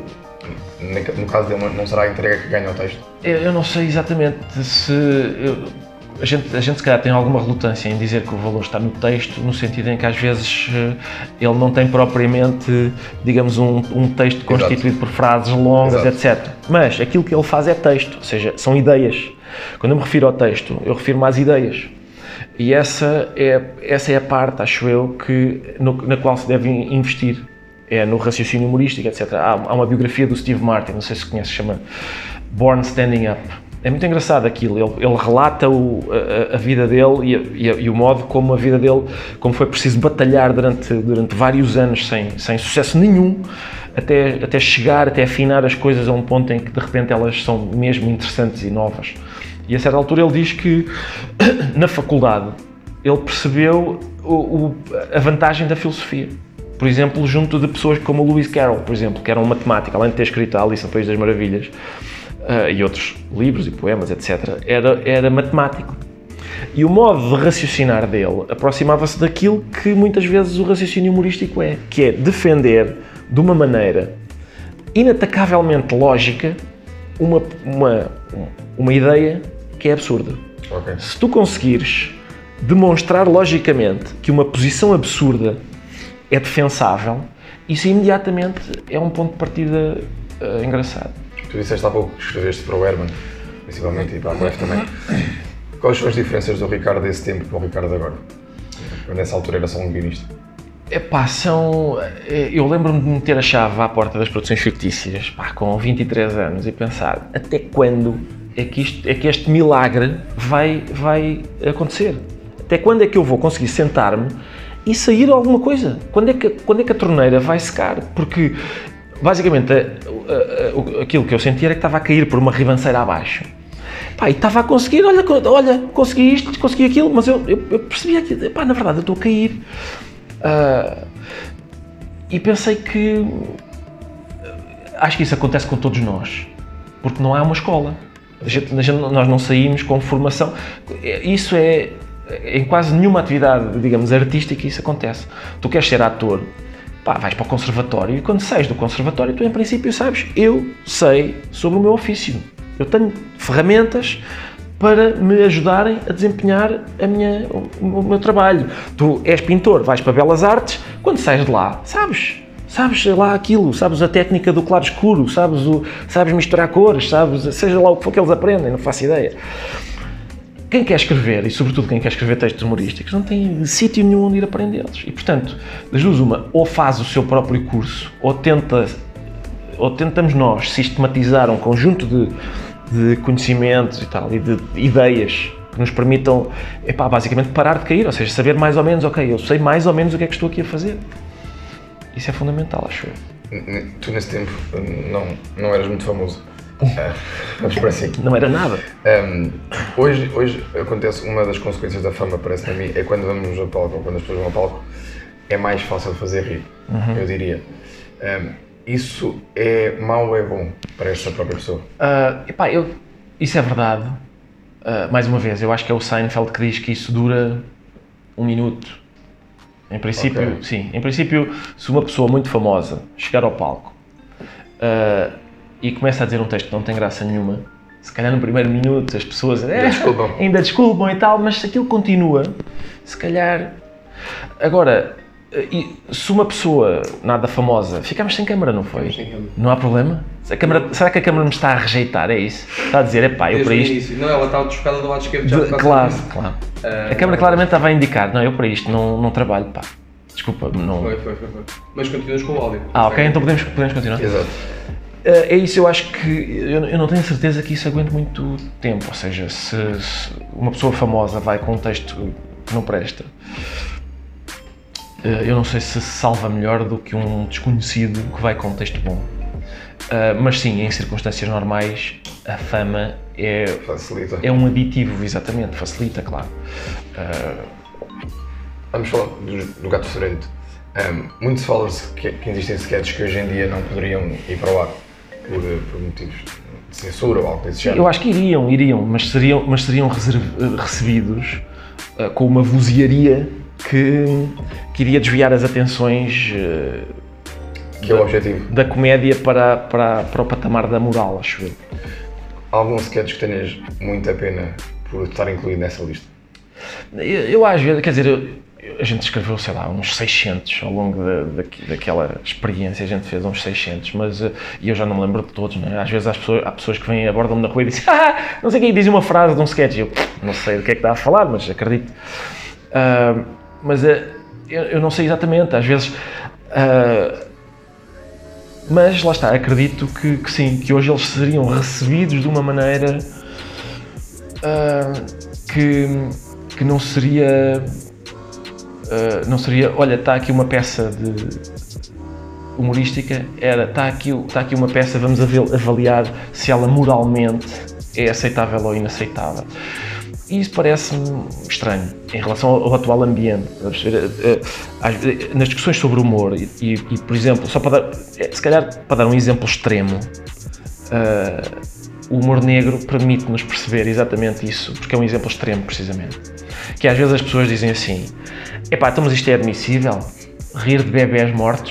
no caso dele, não será a entrega que ganha o texto? Eu, eu não sei exatamente se... Eu, a, gente, a gente se calhar tem alguma relutância em dizer que o valor está no texto, no sentido em que às vezes ele não tem propriamente, digamos, um, um texto constituído Exato. Por frases longas, Exato. etcétera. Mas aquilo que ele faz é texto, ou seja, são ideias. Quando eu me refiro ao texto, eu refiro-me às ideias. E essa é, essa é a parte, acho eu, que, no, na qual se deve investir. É no raciocínio humorístico, etcétera. Há, há uma biografia do Steve Martin, não sei se conhece, chama Born Standing Up. É muito engraçado aquilo, ele, ele relata o, a, a vida dele e, a, e, a, e o modo como a vida dele, como foi preciso batalhar durante, durante vários anos sem, sem sucesso nenhum, até, até chegar, até afinar as coisas a um ponto em que de repente elas são mesmo interessantes e novas. E a certa altura ele diz que na faculdade ele percebeu o, o, a vantagem da filosofia. Por exemplo, junto de pessoas como o Lewis Carroll, por exemplo, que era um matemático, além de ter escrito a Alice no País das Maravilhas, uh, e outros livros e poemas, etcétera, era, era matemático. E o modo de raciocinar dele aproximava-se daquilo que muitas vezes o raciocínio humorístico é, que é defender de uma maneira inatacavelmente lógica uma, uma, uma ideia que é absurda. Okay. Se tu conseguires demonstrar logicamente que uma posição absurda é defensável, isso imediatamente é um ponto de partida uh, engraçado. Tu disseste há pouco que escreveste para o Herman, principalmente, e para a Clef também. Quais são as diferenças do Ricardo desse tempo para o Ricardo agora? Quando nessa altura era só um guionista. Epá, são... Eu lembro-me de meter a chave à porta das produções fictícias, pá, com vinte e três anos, e pensar, até quando é que, isto, é que este milagre vai, vai acontecer? Até quando é que eu vou conseguir sentar-me e sair alguma coisa? Quando é que, quando é que a torneira vai secar? Porque, basicamente, a, a, a, aquilo que eu sentia era que estava a cair por uma ribanceira abaixo. Pá, e estava a conseguir, olha, olha, consegui isto, consegui aquilo, mas eu, eu, eu percebia que, pá, na verdade, eu estou a cair. Uh, e pensei que... Acho que isso acontece com todos nós, porque não há uma escola. A gente, a gente, nós não saímos com formação. Isso é... Em quase nenhuma atividade, digamos, artística, isso acontece. Tu queres ser ator, pá, vais para o conservatório, e quando sais do conservatório, tu em princípio sabes, eu sei sobre o meu ofício. Eu tenho ferramentas para me ajudarem a desempenhar a minha, o, o meu trabalho. Tu és pintor, vais para Belas Artes, quando sais de lá, sabes, sabes lá aquilo, sabes a técnica do claro escuro, sabes, o, sabes misturar cores, sabes, seja lá o que for que eles aprendem, não faço ideia. Quem quer escrever, e sobretudo quem quer escrever textos humorísticos, não tem sítio nenhum onde ir aprendê-los. E, portanto, das duas uma, ou faz o seu próprio curso, ou, tenta, ou tentamos nós sistematizar um conjunto de, de conhecimentos e tal, e de ideias que nos permitam, epá, basicamente, parar de cair, ou seja, saber mais ou menos, ok, eu sei mais ou menos o que é que estou aqui a fazer. Isso é fundamental, acho eu. Tu, nesse tempo, não, não eras muito famoso. É, vamos por assim. Não era nada. Um, hoje, hoje acontece, uma das consequências da fama, parece-me a mim, é quando vamos ao palco, ou quando as pessoas vão ao palco, é mais fácil de fazer rir, uhum. eu diria. Um, isso é mau ou é bom para essa própria pessoa? Uh, epá, eu, isso é verdade. Uh, mais uma vez, eu acho que é o Seinfeld que diz que isso dura um minuto. Em princípio, okay. sim. Em princípio, se uma pessoa muito famosa chegar ao palco uh, e começa a dizer um texto que não tem graça nenhuma, se calhar no primeiro minuto as pessoas é, desculpam. ainda desculpam e tal, mas se aquilo continua, se calhar... Agora, se uma pessoa nada famosa... Ficámos sem câmara, não foi? Sem câmara. Não há problema? A câmara, será que a câmara me está a rejeitar? É isso? Está a dizer, é pá, eu para isto... Início. Não, ela está desfocada do lado esquerdo já. De, claro, claro. Uh, a câmara claramente estava a indicar, não, eu para isto não, não trabalho, pá. Desculpa, não... Foi, foi, foi. foi. Mas continuas com o áudio. Ah, ok, então podemos, podemos continuar. Exato. É isso, eu acho que, eu não tenho certeza que isso aguente muito tempo, ou seja, se, se uma pessoa famosa vai com um texto que não presta, eu não sei se se salva melhor do que um desconhecido que vai com um texto bom. Mas sim, em circunstâncias normais, a fama é, facilita. É um aditivo, exatamente, facilita, claro. Vamos falar do, do Gato Fedorento. Um, muito se fala que, que existem sketches que hoje em dia não poderiam ir para o ar. Por, por motivos de censura ou algo desse género? Eu acho que iriam, iriam, mas seriam, mas seriam recebidos uh, com uma vozearia que, que iria desviar as atenções uh, que da, é o objetivo. Da comédia para, para, para o patamar da moral, acho eu. Há algum sketch que tenhas muita pena por estar incluído nessa lista? Eu, eu às vezes, quer dizer, eu, a gente escreveu, sei lá, uns seiscentos ao longo da, da, daquela experiência, a gente fez uns seiscentos, mas e eu já não me lembro de todos, não é? Às vezes há pessoas, há pessoas que vêm, abordam-me na rua e dizem, ah, não sei quem diz uma frase de um sketch, eu não sei do que é que está a falar, mas acredito. Uh, mas uh, eu, eu não sei exatamente, às vezes, uh, mas lá está, acredito que, que sim, que hoje eles seriam recebidos de uma maneira uh, que, que não seria... Uh, não seria, olha, está aqui uma peça de humorística, era, está aqui, está aqui uma peça, vamos avaliar se ela moralmente é aceitável ou inaceitável. E isso parece-me estranho em relação ao, ao atual ambiente. Uh, uh, nas discussões sobre humor, e, e, e por exemplo, só para dar, se calhar para dar um exemplo extremo, uh, o humor negro permite-nos perceber exatamente isso, porque é um exemplo extremo, precisamente. Que às vezes as pessoas dizem assim, epá, então mas isto é admissível? Rir de bebés mortos?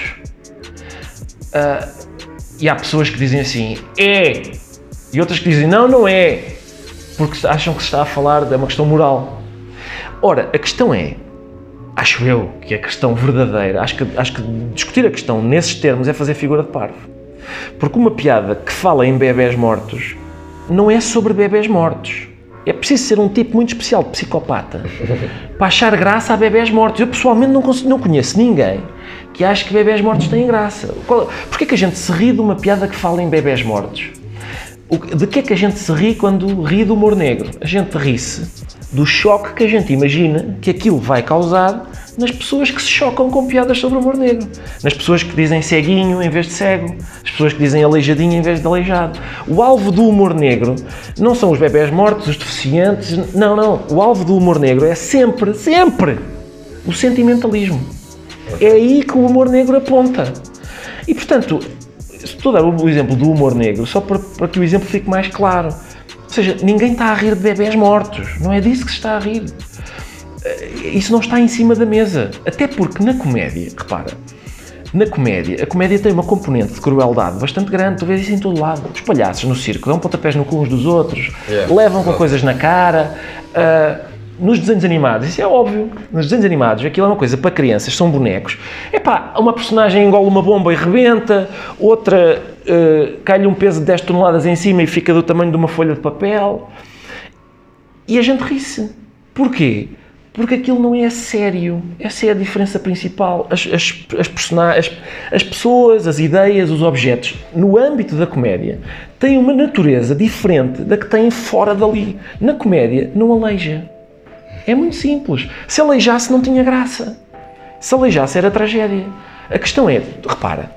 Uh, e há pessoas que dizem assim, é! E outras que dizem, não, não é! porque acham que se está a falar de uma questão moral. Ora, a questão é, acho eu que a questão verdadeira, acho que, acho que discutir a questão nesses termos é fazer figura de parvo. Porque uma piada que fala em bebés mortos não é sobre bebés mortos. É preciso ser um tipo muito especial de psicopata para achar graça a bebés mortos. Eu pessoalmente não, consigo, não conheço ninguém que ache que bebés mortos têm graça. Porquê que a gente se ri de uma piada que fala em bebés mortos? De que é que a gente se ri quando ri do humor negro? A gente ri-se do choque que a gente imagina que aquilo vai causar nas pessoas que se chocam com piadas sobre o humor negro. Nas pessoas que dizem ceguinho em vez de cego. As pessoas que dizem aleijadinho em vez de aleijado. O alvo do humor negro não são os bebés mortos, os deficientes. Não, não. O alvo do humor negro é sempre, sempre o sentimentalismo. É aí que o humor negro aponta. E, portanto, estou a dar o exemplo do humor negro só para, para que o exemplo fique mais claro. Ou seja, ninguém está a rir de bebés mortos. Não é disso que se está a rir. Isso não está em cima da mesa. Até porque na comédia, repara, na comédia, a comédia tem uma componente de crueldade bastante grande. Tu vês isso em todo lado. Os palhaços no circo dão pontapés no cu uns dos outros, yeah. levam com coisas na cara. Uh, nos desenhos animados, isso é óbvio. Nos desenhos animados, aquilo é uma coisa para crianças, são bonecos. Epá, uma personagem engole uma bomba e rebenta, outra uh, cai-lhe um peso de dez toneladas em cima e fica do tamanho de uma folha de papel. E a gente ri-se. Porquê? Porque aquilo não é sério. Essa é a diferença principal. As, as, as, personagens, as, as pessoas, as ideias, os objetos, no âmbito da comédia, têm uma natureza diferente da que têm fora dali. Na comédia, não aleija. É muito simples. Se aleijasse, não tinha graça. Se aleijasse, era tragédia. A questão é, repara,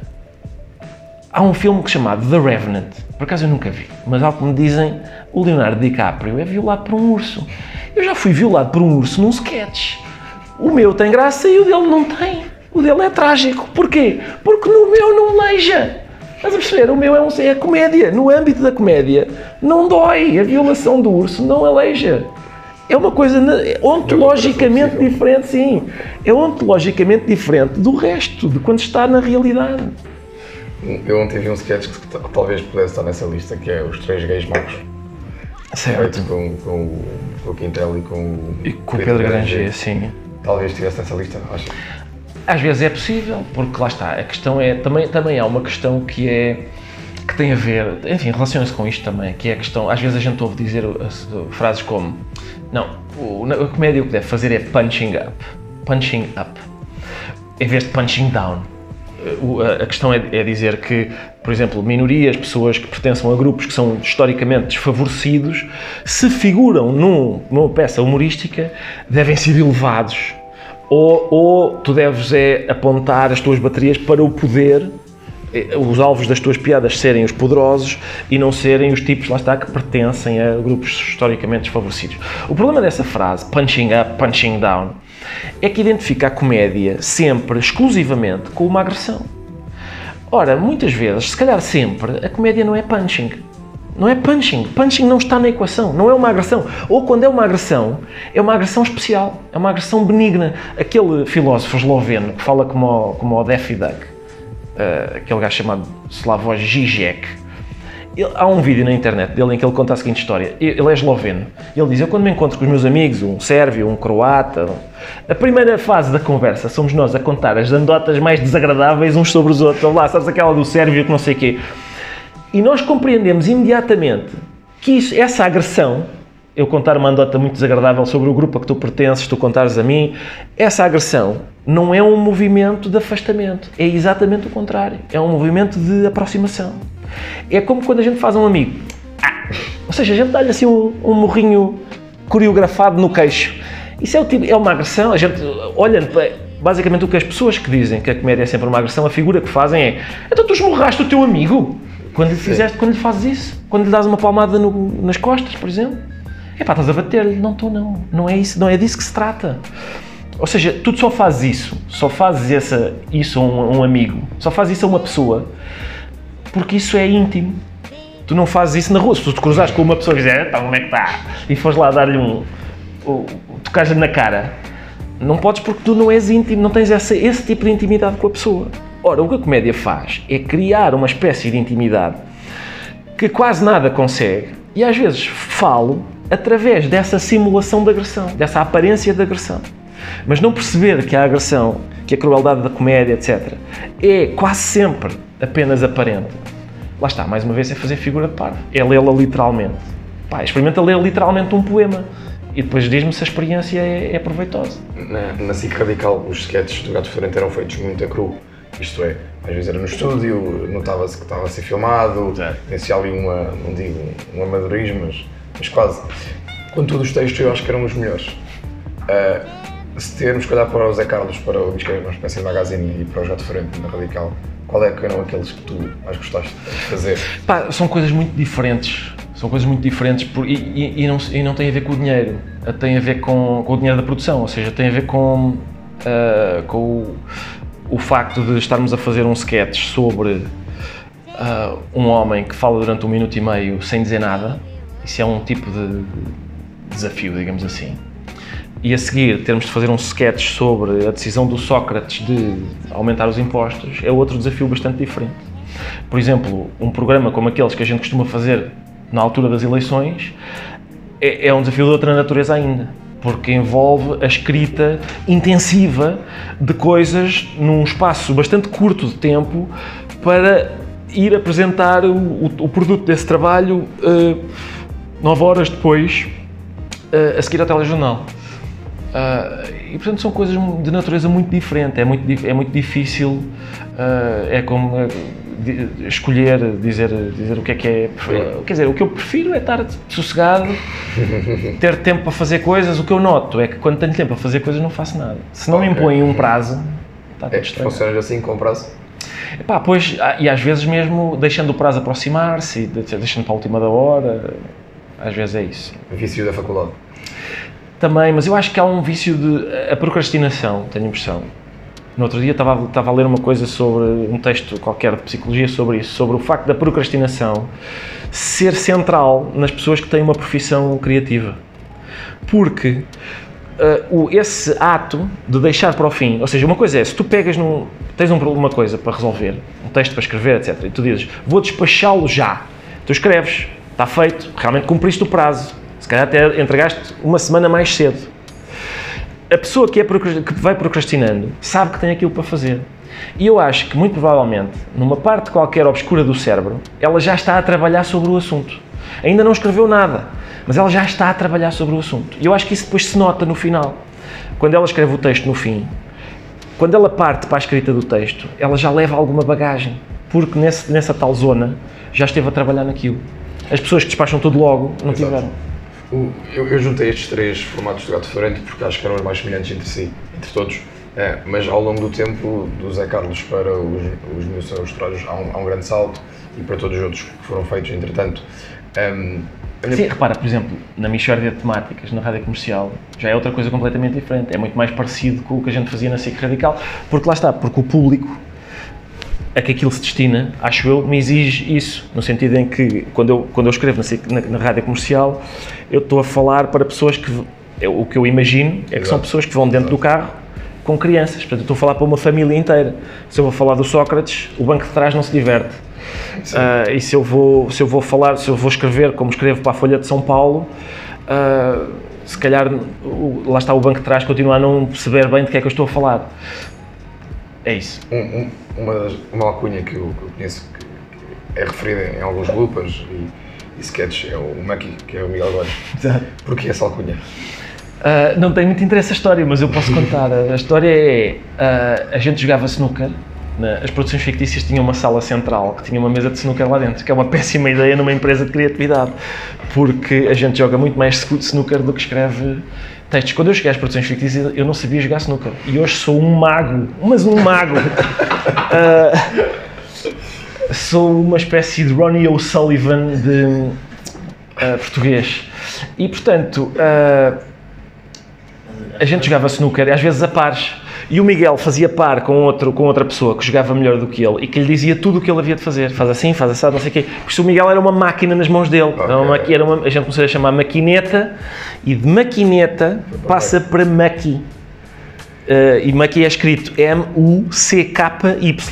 há um filme chamado The Revenant. Por acaso eu nunca vi, mas ao que me dizem, o Leonardo DiCaprio é violado por um urso. Eu já fui violado por um urso num sketch. O meu tem graça e o dele não tem. O dele é trágico. Porquê? Porque no meu não aleija. Estás a perceber? O meu é, um, é a comédia. No âmbito da comédia, não dói. A violação do urso não aleija. É uma coisa ontologicamente diferente, sim. É ontologicamente diferente do resto, de quando está na realidade. Eu ontem vi um sketch que talvez pudesse estar nessa lista, que é Os Três Gays Maus. Certo. Com, com, com o Quintel e com o e com Pedro, Pedro Granger, sim. Talvez estivesse nessa lista, acho. Às vezes é possível, porque lá está, a questão é, também, também há uma questão que é, que tem a ver, enfim, relaciona-se com isto também, que é a questão, às vezes a gente ouve dizer frases como, não, o, a comédia o que deve fazer é punching up, punching up, em vez de punching down. A questão é, é dizer que, por exemplo, minorias, pessoas que pertencem a grupos que são historicamente desfavorecidos, se figuram num, numa peça humorística, devem ser elevados. Ou, ou tu deves é apontar as tuas baterias para o poder, os alvos das tuas piadas serem os poderosos e não serem os tipos, lá está, que pertencem a grupos historicamente desfavorecidos. O problema dessa frase, punching up, punching down, é que identifica a comédia sempre, exclusivamente, com uma agressão. Ora, muitas vezes, se calhar sempre, a comédia não é punching. Não é punching. Punching não está na equação, não é uma agressão. Ou quando é uma agressão, é uma agressão especial, é uma agressão benigna. Aquele filósofo esloveno que fala como o, como o Daffy Duck, uh, aquele gajo chamado Slavoj Žižek, Ele, há um vídeo na internet dele em que ele conta a seguinte história. Ele é esloveno. Ele diz, eu quando me encontro com os meus amigos, um sérvio, um croata, a primeira fase da conversa somos nós a contar as anedotas mais desagradáveis uns sobre os outros. Lá, sabes aquela do sérvio que não sei o quê. E nós compreendemos imediatamente que isso, essa agressão, eu contar uma anedota muito desagradável sobre o grupo a que tu pertences, tu contares a mim, essa agressão não é um movimento de afastamento. É exatamente o contrário. É um movimento de aproximação. É como quando a gente faz um amigo. Ah, ou seja, a gente dá-lhe assim um, um morrinho coreografado no queixo. Isso é, o tipo, é uma agressão. A gente olha, basicamente o que as pessoas que dizem que a comédia é sempre uma agressão, a figura que fazem é, então tu esmurraste o teu amigo quando lhe fizeste, quando lhe fazes isso, quando lhe dás uma palmada no, nas costas, por exemplo. É pá, estás a bater-lhe. Não estou, não. Não é isso, não é disso que se trata. Ou seja, tu só fazes isso, só fazes essa, isso a um, um amigo, só fazes isso a uma pessoa porque isso é íntimo. Tu não fazes isso na rua. Se tu te cruzares com uma pessoa e dizer, então como é que está? E fores lá dar-lhe um, um tocar-lhe na cara, não podes porque tu não és íntimo, não tens essa, esse tipo de intimidade com a pessoa. Ora, o que a comédia faz é criar uma espécie de intimidade que quase nada consegue E às vezes falo através dessa simulação de agressão, dessa aparência de agressão. Mas não perceber que a agressão, que a crueldade da comédia, etcétera, é quase sempre apenas aparente. Lá está, mais uma vez, é fazer figura de parvo. É lê-la literalmente. Pá, experimenta ler literalmente um poema e depois diz-me se a experiência é, é proveitosa. Na, na S I C Radical, os sketches do Gato Fedorento eram feitos muito a cru. Isto é, às vezes era no estúdio, notava-se que estava a ser filmado, tinha ali uma, não digo um amadorismo, mas, mas quase. Contudo, os textos eu acho que eram os melhores. Uh, se termos que olhar para o Zé Carlos, para o Bisqueiro, uma espécie de magazine, e para o Gato Fedorento na Radical, qual é que eram aqueles que tu mais gostaste de fazer? Pá, são coisas muito diferentes. São coisas muito diferentes por, e, e, e, não, e não tem a ver com o dinheiro, tem a ver com, com o dinheiro da produção, ou seja, tem a ver com, uh, com o, o facto de estarmos a fazer um sketch sobre uh, um homem que fala durante um minuto e meio sem dizer nada. Isso é um tipo de, de desafio, digamos assim. E a seguir termos de fazer um sketch sobre a decisão do Sócrates de aumentar os impostos é outro desafio bastante diferente. Por exemplo, um programa como aqueles que a gente costuma fazer na altura das eleições é, é um desafio de outra natureza ainda, porque envolve a escrita intensiva de coisas num espaço bastante curto de tempo para ir apresentar o, o, o produto desse trabalho uh, nove horas depois, uh, a seguir ao telejornal. Uh, e portanto são coisas de natureza muito diferente, é muito, é muito difícil, uh, é como uh, de, escolher, dizer, dizer o que é que é, quer dizer, o que eu prefiro é estar sossegado, ter tempo para fazer coisas. O que eu noto é que quando tenho tempo para fazer coisas não faço nada, se não me impõem um prazo, está tudo estranho. Funcionas assim com prazo? Epá, pois, e às vezes mesmo deixando o prazo aproximar-se, deixando para a última da hora, às vezes é isso. Vício da faculdade? Também, mas eu acho que há um vício de... a procrastinação, tenho a impressão. No outro dia estava, estava a ler uma coisa sobre, um texto qualquer de psicologia sobre isso, sobre o facto da procrastinação ser central nas pessoas que têm uma profissão criativa. Porque uh, o, esse ato de deixar para o fim, ou seja, uma coisa é, se tu pegas num... tens um, uma coisa para resolver, um texto para escrever, etcétera, e tu dizes, vou despachá-lo já. Tu escreves, está feito, realmente cumpriste o prazo. Se calhar até entregaste uma semana mais cedo. A pessoa que, é, que vai procrastinando sabe que tem aquilo para fazer. E eu acho que, muito provavelmente, numa parte qualquer obscura do cérebro, ela já está a trabalhar sobre o assunto. Ainda não escreveu nada, mas ela já está a trabalhar sobre o assunto. E eu acho que isso depois se nota no final. Quando ela escreve o texto no fim, quando ela parte para a escrita do texto, ela já leva alguma bagagem, porque nesse, nessa tal zona já esteve a trabalhar naquilo. As pessoas que despacham tudo logo não Exato. tiveram. Eu, eu juntei estes três formatos do Gato Fedorento porque acho que eram os mais semelhantes entre si, entre todos, é, mas ao longo do tempo, do Zé Carlos para os, os meus ilustrados, há um, há um grande salto, e para todos os outros que foram feitos entretanto. Um, minha... Sim, repara, por exemplo, na Mixórdia de Temáticas, na Rádio Comercial, já é outra coisa completamente diferente, é muito mais parecido com o que a gente fazia na S I C Radical, porque lá está, porque o público a que aquilo se destina, acho eu, me exige isso, no sentido em que, quando eu, quando eu escrevo na, na, na Rádio Comercial, eu estou a falar para pessoas que, eu, o que eu imagino é que Exato. São pessoas que vão dentro Exato. Do carro com crianças, portanto eu estou a falar para uma família inteira. Se eu vou falar do Sócrates, o banco de trás não se diverte. Uh, e se eu, vou, se eu vou falar, se eu vou escrever como escrevo para a Folha de São Paulo, uh, se calhar, o, lá está o banco de trás, continua a não perceber bem de que é que eu estou a falar. É isso. Um, um, uma, das, uma alcunha que eu, que eu conheço, que, que é referida em alguns bloopers e, e sketches, é o Maki, que é o Miguel Góes. Exato. Porquê essa alcunha? Uh, não tem muito interesse a história, mas eu posso contar. A história é, uh, a gente jogava snooker, né? As produções fictícias tinham uma sala central que tinha uma mesa de snooker lá dentro, que é uma péssima ideia numa empresa de criatividade, porque a gente joga muito mais snooker do que escreve textos. Quando eu cheguei às produções fictícias, eu não sabia jogar snooker. E hoje sou um mago, mas um mago. uh, sou uma espécie de Ronnie O'Sullivan de uh, português. E, portanto, uh, a gente jogava snooker, e às vezes a pares. E o Miguel fazia par com, outro, com outra pessoa que jogava melhor do que ele e que lhe dizia tudo o que ele havia de fazer. Faz assim, faz assim, não sei o quê. Porque o Miguel era uma máquina nas mãos dele. Okay. Era uma, era uma, a gente começou a chamar maquineta, e de maquineta passa para maqui. Uh, e maqui é escrito M U C K Y,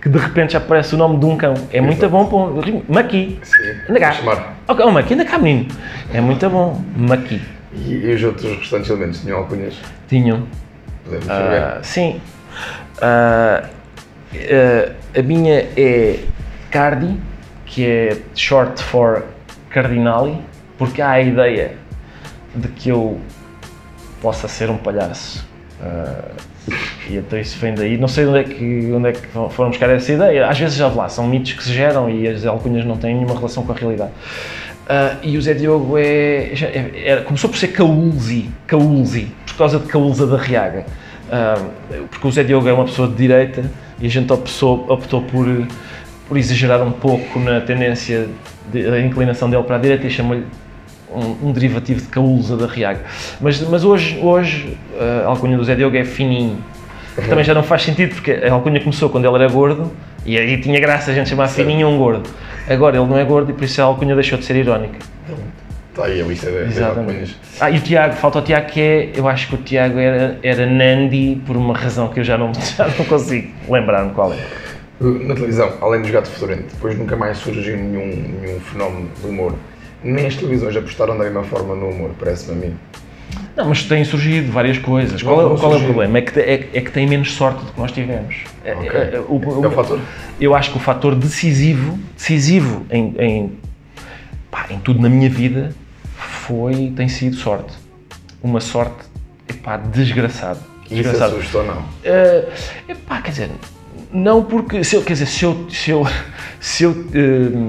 que de repente já aparece o nome de um cão. É muito bom para um... Maqui. Sim, anda cá. chamar. Ok, oh, Maqui, anda cá, menino. É muito bom. Maqui. E, e os outros restantes elementos tinham alcunhas? Tinham. Podemos Uh, saber? sim. Uh, uh, a minha é Cardi, que é short for Cardinali, porque há a ideia de que eu possa ser um palhaço. Uh, e então isso vem daí. Não sei onde é que, onde é que foram buscar essa ideia. Às vezes já lá, são mitos que se geram e as alcunhas não têm nenhuma relação com a realidade. Uh, e o Zé Diogo é, é, é, começou por ser Caulzi, Caulzi, por causa de Caúlza da Riaga. Uh, porque o Zé Diogo é uma pessoa de direita e a gente optou, optou por, por exagerar um pouco na tendência, de, a inclinação dele para a direita e chamou-lhe um, um derivativo de Caúlza da Riaga. Mas, mas hoje, hoje a alcunha do Zé Diogo é fininho, que também já não faz sentido porque a alcunha começou quando ele era gordo e aí tinha graça a gente chamar fininho um gordo. Agora ele não é gordo e por isso a alcunha deixou de ser irónica. Está aí a lista de, de alcunhas. Ah, e o Tiago, falta o Tiago que é, eu acho que o Tiago era, era Nandi por uma razão que eu já não, já não consigo lembrar-me qual é. Na televisão, além dos Gato Fedorento, depois nunca mais surgiu nenhum, nenhum fenómeno de humor. Nem as televisões apostaram da mesma forma no humor, parece-me a mim. Não, mas têm surgido várias coisas. Qual, Não, não é, qual é o surgiu. problema? É que, é, é que tem menos sorte do que nós tivemos. Okay. É, é, o, o, é o fator? Eu acho que o fator decisivo, decisivo em, em, pá, em tudo na minha vida foi, tem sido sorte. Uma sorte, epá, desgraçada. desgraçada. Isso assusta ou não? Uh, epá, quer dizer, não porque, se eu, quer dizer, se eu, se eu, se eu, uh,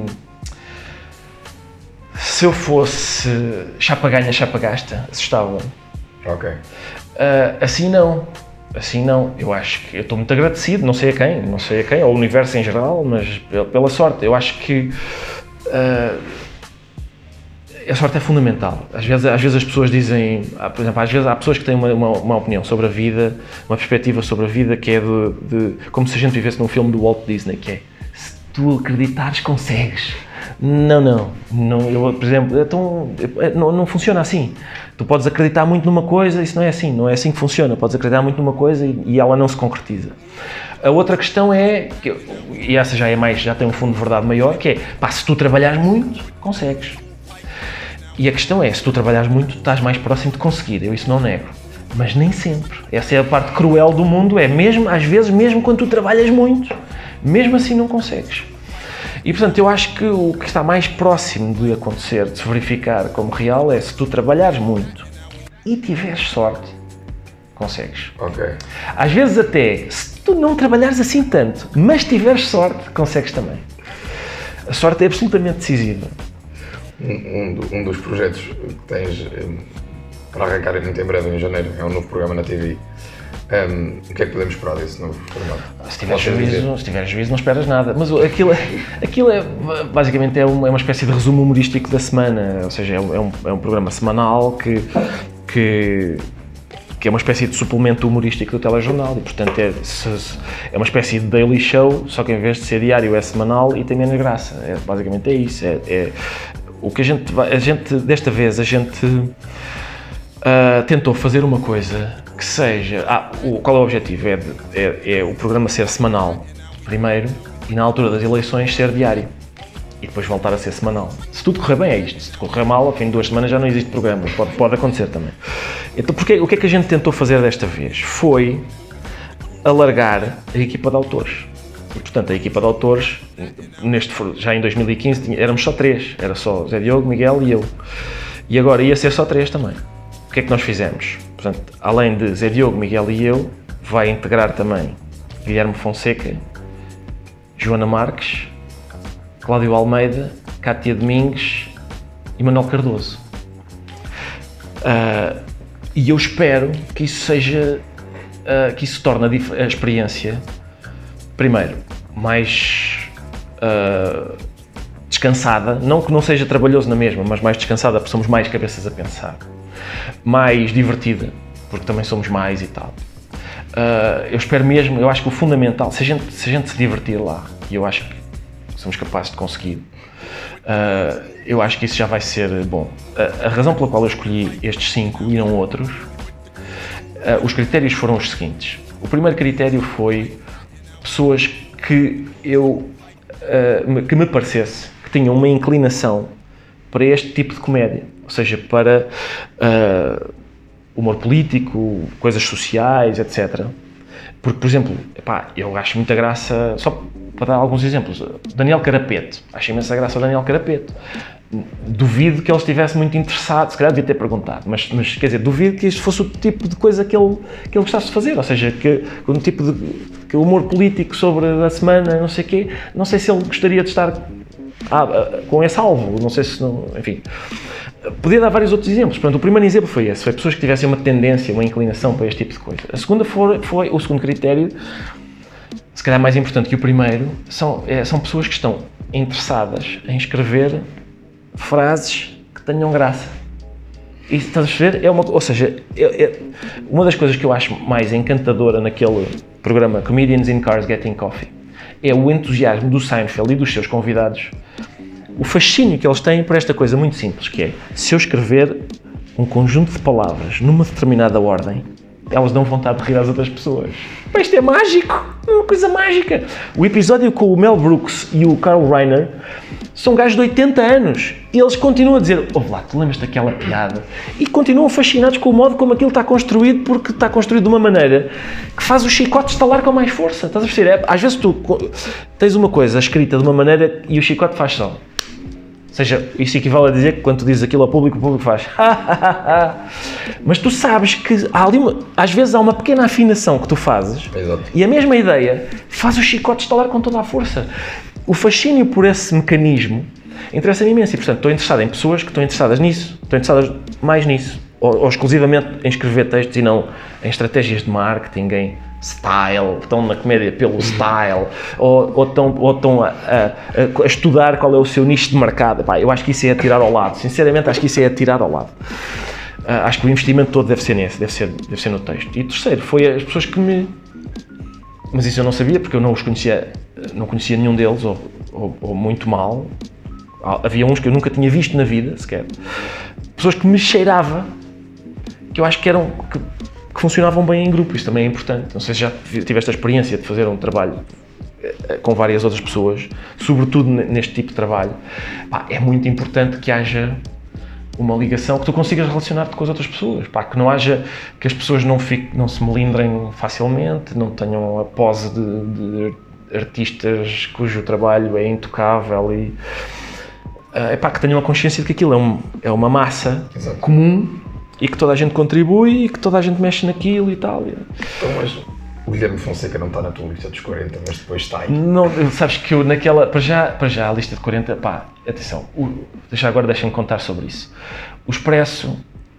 se eu fosse chapa ganha, chapa gasta, assustava. Ok. Uh, assim não, assim não, eu acho que eu estou muito agradecido, não sei a quem, não sei a quem, ao universo em geral, mas pela sorte, eu acho que uh, a sorte é fundamental. Às vezes, às vezes as pessoas dizem, por exemplo, às vezes há pessoas que têm uma, uma, uma opinião sobre a vida, uma perspectiva sobre a vida que é de, de como se a gente vivesse num filme do Walt Disney, que é, se tu acreditares, consegues. Não, não, não eu, por exemplo, então, não, não funciona assim. Tu podes acreditar muito numa coisa, isso não é assim, não é assim que funciona. Podes acreditar muito numa coisa e, e ela não se concretiza. A outra questão é, que, e essa já é mais, já tem um fundo de verdade maior, que é, pá, se tu trabalhares muito, consegues. E a questão é, se tu trabalhares muito, estás mais próximo de conseguir, eu isso não nego. Mas nem sempre. Essa é a parte cruel do mundo, é mesmo, às vezes, mesmo quando tu trabalhas muito, mesmo assim não consegues. E, portanto, eu acho que o que está mais próximo de acontecer, de se verificar como real, é se tu trabalhares muito e tiveres sorte, consegues. Ok. Às vezes até, se tu não trabalhares assim tanto, mas tiveres sorte, consegues também. A sorte é absolutamente decisiva. Um, um, um dos projetos que tens um, para arrancar muito em breve, em janeiro, é um novo programa na T V. Um, o que é que podemos esperar desse novo formato? Se tiveres juízo, se tiveres juízo, não esperas nada. Mas aquilo, é, aquilo é, basicamente, é uma, é uma espécie de resumo humorístico da semana. Ou seja, é um, é um, é um programa semanal que, que, que é uma espécie de suplemento humorístico do telejornal. E, portanto, é, se, é uma espécie de daily show, só que em vez de ser diário é semanal e tem menos graça. É, basicamente é isso. É, é, o que a gente, a gente, desta vez, a gente uh, tentou fazer uma coisa que seja... Ah, o, qual é o objetivo? É, de, é, é o programa ser semanal, primeiro, e na altura das eleições ser diário. E depois voltar a ser semanal. Se tudo correr bem é isto. Se correr mal, ao fim de duas semanas já não existe programa. Pode, pode acontecer também. Então, porque, o que é que a gente tentou fazer desta vez? Foi alargar a equipa de autores. E, portanto, a equipa de autores, neste, já em dois mil e quinze, tinha, éramos só três. Era só Zé Diogo, Miguel e eu. E agora ia ser só três também. O que é que nós fizemos? Portanto, além de Zé Diogo, Miguel e eu, vai integrar também Guilherme Fonseca, Joana Marques, Cláudio Almeida, Cátia Domingues e Manuel Cardoso. Uh, e eu espero que isso seja, uh, que isso torne a, a experiência, primeiro, mais uh, descansada, não que não seja trabalhoso na mesma, mas mais descansada, porque somos mais cabeças a pensar, mais divertida, porque também somos mais e tal. Uh, eu espero mesmo, eu acho que o fundamental, se a gente se, a gente se divertir lá, e eu acho que somos capazes de conseguir, uh, eu acho que isso já vai ser bom. Uh, a razão pela qual eu escolhi estes cinco e não outros, uh, os critérios foram os seguintes. O primeiro critério foi pessoas que eu uh, que me parecesse que tinha uma inclinação para este tipo de comédia, ou seja, para uh, humor político, coisas sociais, etcétera. Porque, por exemplo, epá, eu acho muita graça, só para dar alguns exemplos, Daniel Carapeto, acho imensa graça o Daniel Carapeto. Duvido que ele estivesse muito interessado, se calhar devia ter perguntado, mas, mas quer dizer, duvido que isto fosse o tipo de coisa que ele, que ele gostasse de fazer, ou seja, que um tipo de que humor político sobre a semana, não sei o quê, não sei se ele gostaria de estar ah, com esse alvo, não sei se, não, enfim. Podia dar vários outros exemplos. Portanto, o primeiro exemplo foi esse, foi pessoas que tivessem uma tendência, uma inclinação para este tipo de coisa. A segunda foi, foi o segundo critério, se calhar mais importante que o primeiro, são, é, são pessoas que estão interessadas em escrever frases que tenham graça. E estás a ver? É uma, ou seja, é, é, uma das coisas que eu acho mais encantadora naquele programa Comedians in Cars Getting Coffee é o entusiasmo do Seinfeld e dos seus convidados, o fascínio que eles têm por esta coisa muito simples, que é, se eu escrever um conjunto de palavras numa determinada ordem, elas dão vontade de rir às outras pessoas. Pá, isto é mágico! É uma coisa mágica! O episódio com o Mel Brooks e o Carl Reiner são gajos de oitenta anos e eles continuam a dizer: ouve lá, tu lembras daquela piada? E continuam fascinados com o modo como aquilo está construído, porque está construído de uma maneira que faz o chicote estalar com mais força. Estás a perceber? É, às vezes tu tens uma coisa escrita de uma maneira e o chicote faz só. Ou seja, isso equivale a dizer que quando tu dizes aquilo ao público, o público faz mas tu sabes que há ali uma, às vezes há uma pequena afinação que tu fazes. Exato. E a mesma ideia faz o chicote estalar com toda a força. O fascínio por esse mecanismo interessa-me imenso e, portanto, estou interessado em pessoas que estão interessadas nisso, estão interessadas mais nisso, ou, ou exclusivamente em escrever textos e não em estratégias de marketing, em style, estão na comédia pelo style, ou, ou estão, ou estão a, a, a estudar qual é o seu nicho de mercado. Pá, eu acho que isso é atirar ao lado, sinceramente acho que isso é atirar ao lado. Uh, acho que o investimento todo deve ser nesse, deve ser, deve ser no texto. E terceiro, foi as pessoas que me... Mas isso eu não sabia, porque eu não os conhecia, não conhecia nenhum deles, ou, ou, ou muito mal. Havia uns que eu nunca tinha visto na vida, sequer. Pessoas que me cheirava, que eu acho que eram... Que, que funcionavam bem em grupo, isso também é importante. Não sei se já tiveste a experiência de fazer um trabalho com várias outras pessoas, sobretudo neste tipo de trabalho. Pá, é muito importante que haja uma ligação, que tu consigas relacionar-te com as outras pessoas, pá, que não haja, que as pessoas não, fiquem, não se melindrem facilmente, não tenham a pose de, de artistas cujo trabalho é intocável e uh, epá, que tenham a consciência de que aquilo é, um, é uma massa Exato. Comum e que toda a gente contribui e que toda a gente mexe naquilo e tal. Então, mas o Guilherme Fonseca não está na tua lista dos quarenta, mas depois está aí. Não, sabes que eu naquela, para já, para já a lista de quarenta, pá, atenção, o, deixa agora deixa-me contar sobre isso. O Expresso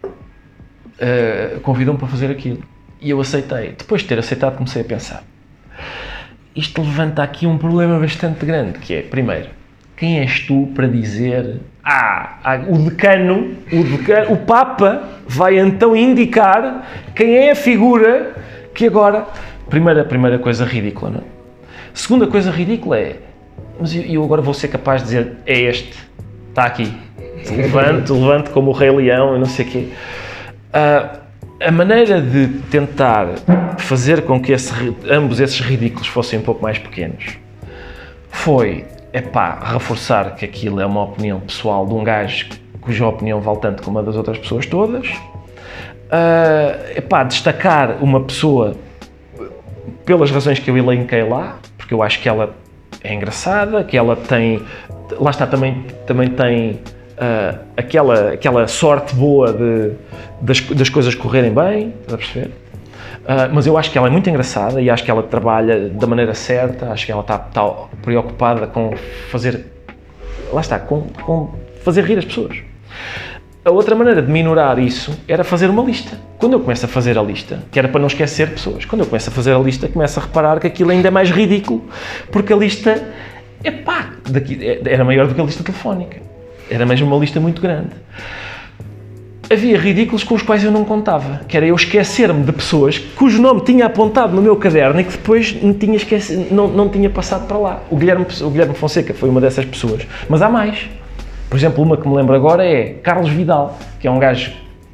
uh, convidou-me para fazer aquilo e eu aceitei. Depois de ter aceitado comecei a pensar, isto levanta aqui um problema bastante grande, que é, primeiro, quem és tu para dizer, ah, o decano, o decano, o Papa vai então indicar quem é a figura que agora... Primeira, primeira coisa ridícula, não é? Segunda coisa ridícula é, mas eu, eu agora vou ser capaz de dizer, é este, está aqui, levante, levante como o Rei Leão e não sei o quê. Uh, a maneira de tentar fazer com que esse, ambos esses ridículos fossem um pouco mais pequenos foi, epá, reforçar que aquilo é uma opinião pessoal de um gajo cuja opinião vale tanto como a das outras pessoas todas, uh, epá, destacar uma pessoa pelas razões que eu elenquei lá, porque eu acho que ela é engraçada, que ela tem, lá está, também, também tem uh, aquela, aquela sorte boa de, das, das coisas correrem bem, estás a perceber? Uh, mas eu acho que ela é muito engraçada e acho que ela trabalha da maneira certa, acho que ela está, está preocupada com fazer, lá está, com, com fazer rir as pessoas. A outra maneira de minorar isso era fazer uma lista. Quando eu começo a fazer a lista, que era para não esquecer pessoas, quando eu começo a fazer a lista, começo a reparar que aquilo ainda é mais ridículo, porque a lista, epá, daqui, era maior do que a lista telefónica. Era mesmo uma lista muito grande. Havia ridículos com os quais eu não contava, que era eu esquecer-me de pessoas cujo nome tinha apontado no meu caderno e que depois me tinha esquecido, não, não tinha passado para lá. O Guilherme, o Guilherme Fonseca foi uma dessas pessoas, mas há mais. Por exemplo, uma que me lembro agora é Carlos Vidal, que é um gajo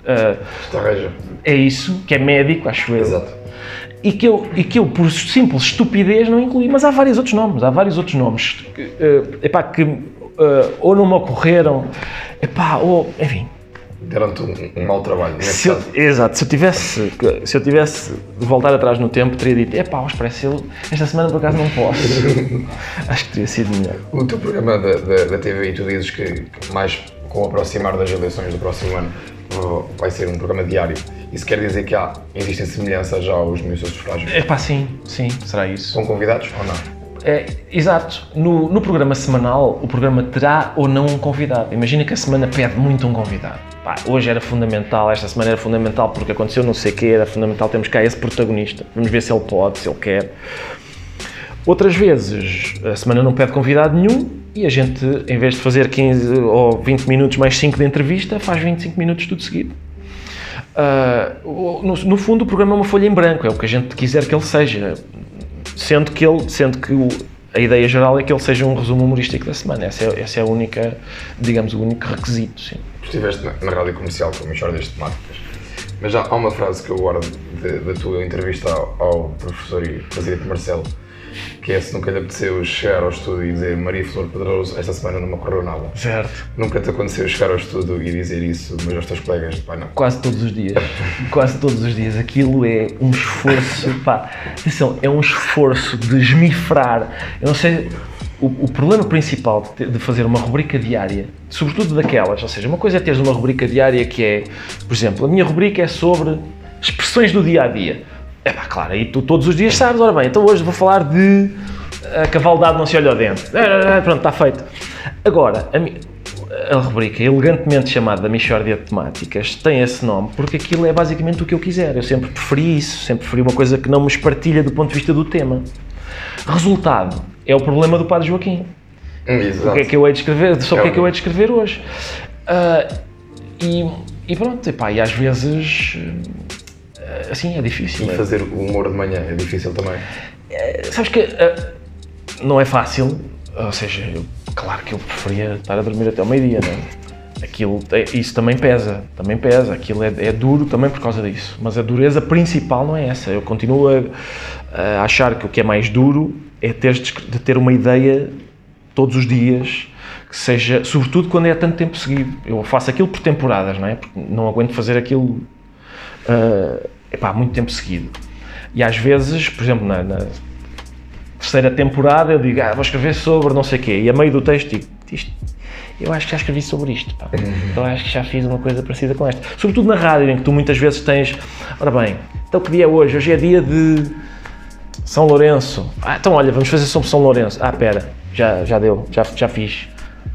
uh, é isso, que é médico, acho eu. Exato. E que, eu, e que eu, por simples estupidez, não incluí. Mas há vários outros nomes, há vários outros nomes que, uh, epá, que uh, ou não me ocorreram, epá, ou, enfim. Deram-te um, um mau trabalho, se eu, Exato, se eu tivesse se eu tivesse de voltar atrás no tempo, teria dito, epá, o Expresso, eu esta semana por acaso não posso. Acho que teria sido melhor. O teu programa da, da, da T V, tu dizes que, que mais com o aproximar das eleições do próximo ano vai ser um programa diário. Isso quer dizer que há, existem semelhanças já aos meus sufrágios? Epá, sim, sim, será isso. São convidados ou não? É, exato. No, no programa semanal, o programa terá ou não um convidado. Imagina que a semana pede muito um convidado. Pá, hoje era fundamental, esta semana era fundamental porque aconteceu não sei o que, era fundamental, temos cá esse protagonista. Vamos ver se ele pode, se ele quer. Outras vezes, a semana não pede convidado nenhum e a gente, em vez de fazer quinze ou vinte minutos mais cinco de entrevista, faz vinte e cinco minutos tudo seguido. Uh, no, no fundo, o programa é uma folha em branco, é o que a gente quiser que ele seja. Sendo que, ele, sendo que o, a ideia geral é que ele seja um resumo humorístico da semana. Essa é, essa é a única, digamos, o único requisito. Sim. Estiveste na, na rádio comercial com a Mixórdia de Temáticas, mas já há uma frase que eu guardo da tua entrevista ao, ao professor e presidente Marcelo, que é: se nunca lhe apeteceu chegar ao estúdio e dizer Maria Flor Pedroso, esta semana não me ocorreu nada. Certo. Nunca te aconteceu chegar ao estúdio e dizer isso, mas aos teus colegas, pá, não? Quase todos os dias. Quase todos os dias. Aquilo é um esforço, pá, atenção, é um esforço de esmifrar. Eu não sei, o, o problema principal de, ter, de fazer uma rubrica diária, sobretudo daquelas, ou seja, uma coisa é teres uma rubrica diária que é, por exemplo, a minha rubrica é sobre expressões do dia-a-dia. É pá, claro, aí tu todos os dias sabes, ora bem, então hoje vou falar de a cavaldade não se olha ao dente. Pronto, está feito. Agora, a, a rubrica elegantemente chamada Mixórdia de Temáticas tem esse nome porque aquilo é basicamente o que eu quiser. Eu sempre preferi isso, sempre preferi uma coisa que não me espartilha do ponto de vista do tema. Resultado, é o problema do Padre Joaquim. Exato. O que é que eu hei de escrever, só o que é que eu hei de escrever hoje. Uh, e, e pronto, epá, e às vezes... assim é difícil. E é? fazer o humor de manhã é difícil também? É, sabes que uh, não é fácil, ou seja, eu, claro que eu preferia estar a dormir até ao meio-dia, não é? Aquilo, isso também pesa, também pesa, aquilo é, é duro também por causa disso, mas a dureza principal não é essa. Eu continuo a, a achar que o que é mais duro é teres de, de ter uma ideia todos os dias, que seja, sobretudo quando é tanto tempo seguido. Eu faço aquilo por temporadas, não é? Porque não aguento fazer aquilo uh, epá, muito tempo seguido. E às vezes, por exemplo, na, na terceira temporada eu digo, ah, vou escrever sobre não sei o quê, e a meio do texto digo, isto, eu acho que já escrevi sobre isto, pá. Eu acho que já fiz uma coisa parecida com esta. Sobretudo na rádio, em que tu muitas vezes tens, ora bem, então que dia é hoje? Hoje é dia de São Lourenço. Ah, então olha, vamos fazer sobre São Lourenço. Ah, pera, já, já deu, já, já fiz.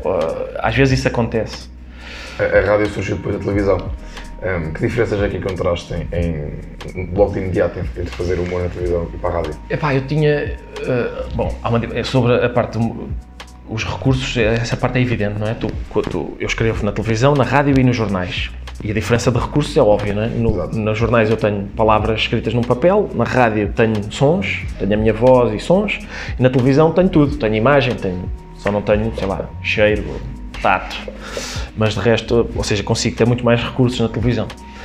Às vezes isso acontece. A, a rádio surgiu depois da televisão. Um, que diferenças é que encontraste em, em, logo de imediato entre fazer humor na televisão e para a rádio? Epá, eu tinha, uh, bom, há uma, sobre a parte, os recursos, essa parte é evidente, não é? Tu, tu, eu escrevo na televisão, na rádio e nos jornais. E a diferença de recursos é óbvia, não é? No, nos jornais eu tenho palavras escritas num papel, na rádio tenho sons, tenho a minha voz e sons, e na televisão tenho tudo, tenho imagem, tenho, só não tenho, sei lá, cheiro, tato, mas de resto, ou seja, consigo ter muito mais recursos na televisão.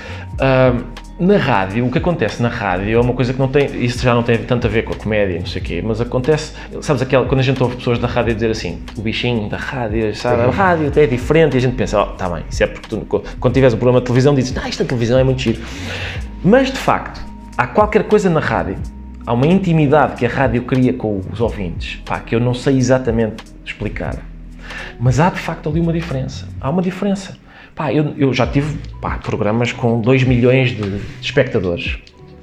Uh, na rádio, o que acontece na rádio é uma coisa que não tem, isso já não tem tanto a ver com a comédia, não sei o quê, mas acontece, sabes, aquela, quando a gente ouve pessoas da rádio dizer assim, o bichinho da rádio, sabe, a rádio é diferente, e a gente pensa, oh, tá bem, isso é porque tu, quando tiveres um programa de televisão dizes, ah, esta televisão é muito giro. Mas, de facto, há qualquer coisa na rádio, há uma intimidade que a rádio cria com os ouvintes, pá, que eu não sei exatamente explicar. Mas há de facto ali uma diferença, há uma diferença. Pá, eu, eu já tive pá, programas com dois milhões de, de espectadores.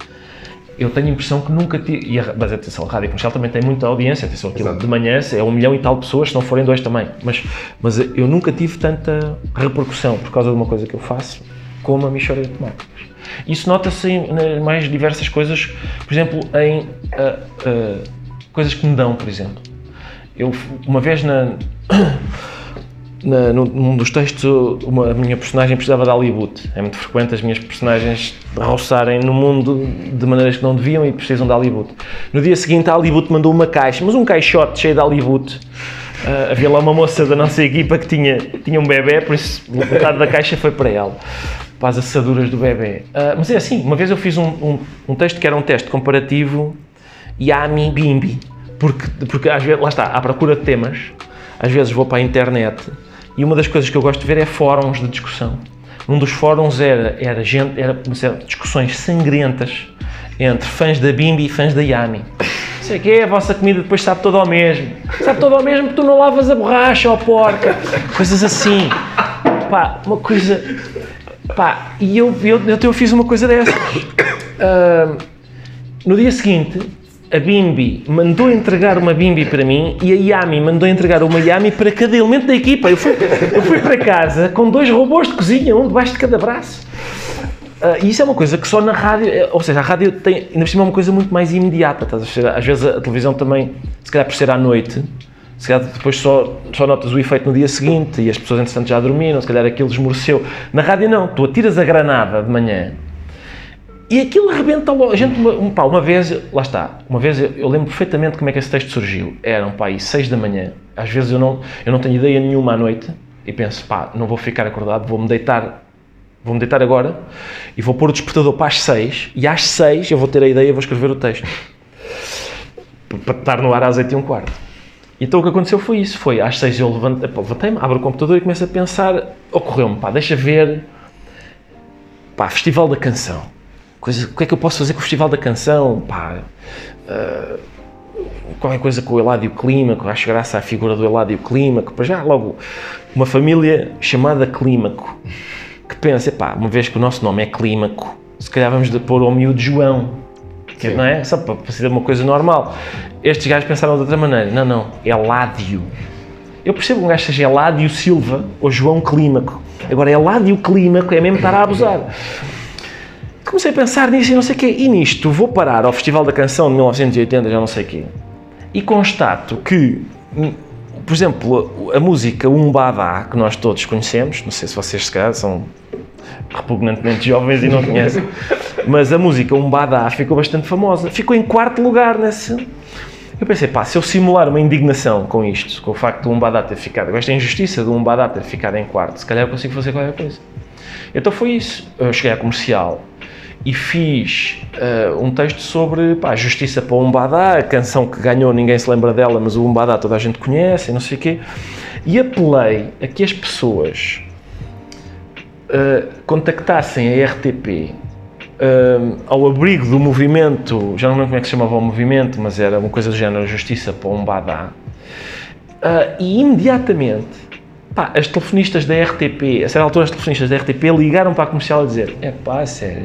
Eu tenho a impressão que nunca tive, e a, mas atenção, a rádio comercial também tem muita audiência, atenção, aquilo de manhã é um milhão e tal pessoas, se não forem dois também, mas, mas eu nunca tive tanta repercussão por causa de uma coisa que eu faço, como a Mixórdia de Temáticas. Isso nota-se em mais diversas coisas, por exemplo, em uh, uh, coisas que me dão, por exemplo. Eu, uma vez na, na, num dos textos, uma, a minha personagem precisava de Hollywood. É muito frequente as minhas personagens roçarem no mundo de maneiras que não deviam e precisam de Hollywood. No dia seguinte a Hollywood mandou uma caixa, mas um caixote cheio de Hollywood. Uh, havia lá uma moça da nossa equipa que tinha, tinha um bebê, por isso metade da caixa foi para ela. para as assaduras do bebê. Uh, mas é assim, uma vez eu fiz um, um, um texto que era um teste comparativo Yami-Bimbi, porque, porque às vezes, lá está, à procura de temas, às vezes vou para a internet e uma das coisas que eu gosto de ver é fóruns de discussão. Um dos fóruns era, era, gente, era, era discussões sangrentas entre fãs da Bimbi e fãs da Yami. Não sei o que é, a vossa comida depois sabe tudo ao mesmo. Sabe tudo ao mesmo que tu não lavas a borracha, ó porca. Coisas assim. Pá, uma coisa... Pá, e eu, eu, eu, eu fiz uma coisa dessas. Uh, no dia seguinte, a Bimbi mandou entregar uma Bimbi para mim e a Yami mandou entregar uma Yami para cada elemento da equipa. Eu fui, eu fui para casa com dois robôs de cozinha, um debaixo de cada braço. Uh, e isso é uma coisa que só na rádio, ou seja, a rádio tem, ainda por cima, é uma coisa muito mais imediata. Estás a ver? Às vezes a televisão também, se calhar por ser à noite, se calhar depois só, só notas o efeito no dia seguinte e as pessoas entretanto já dormiram, se calhar aquilo esmoreceu. Na rádio não, tu atiras a granada de manhã e aquilo arrebenta logo. A gente, uma, pá, uma vez, lá está, uma vez eu, eu lembro perfeitamente como é que esse texto surgiu. Eram, pá, aí seis da manhã, às vezes eu não, eu não tenho ideia nenhuma à noite e penso, pá, não vou ficar acordado, vou-me deitar, vou-me deitar agora e vou pôr o despertador para as seis e às seis eu vou ter a ideia e vou escrever o texto. Para estar no ar às oito e um quarto. Então o que aconteceu foi isso, foi às seis eu levantei, levantei-me, abro o computador e começo a pensar, ocorreu-me, pá, deixa ver, pá, Festival da Canção, coisa, o que é que eu posso fazer com o Festival da Canção, pá, uh, qualquer coisa com o Eladio Clímaco, acho graça à figura do Eladio Clímaco, para já logo, uma família chamada Clímaco, que pensa, pá, uma vez que o nosso nome é Clímaco, se calhar vamos de pôr ao miúdo João, que, não é? Só para, para ser uma coisa normal. Estes gajos pensaram de outra maneira. Não, não. Eládio. Eu percebo que um gajo seja Eládio Silva ou João Clímaco. Agora, Eládio Clímaco é mesmo estar a abusar. Comecei a pensar nisso e não sei o quê. E nisto vou parar ao Festival da Canção de mil novecentos e oitenta, já não sei o quê. E constato que, por exemplo, a música Umbadá, que nós todos conhecemos, não sei se vocês se calhar são repugnantemente jovens e não conhecem, mas a música Umbadá ficou bastante famosa, ficou em quarto lugar nesse... Eu pensei, pá, se eu simular uma indignação com isto, com o facto do Umbadá ter ficado, com esta injustiça do Umbadá ter ficado em quarto, se calhar eu consigo fazer qualquer coisa. Então foi isso, eu cheguei à Comercial e fiz uh, um texto sobre, pá, justiça para o Umbadá, a canção que ganhou, ninguém se lembra dela, mas o Umbadá toda a gente conhece e não sei o quê, e apelei a que as pessoas Uh, contactassem a R T P uh, ao abrigo do movimento, já não lembro como é que se chamava o movimento, mas era uma coisa do género Justiça para o Umbadá, uh, e imediatamente, pá, as telefonistas da R T P, a certa altura as telefonistas da R T P ligaram para a Comercial a dizer, é pá, sério,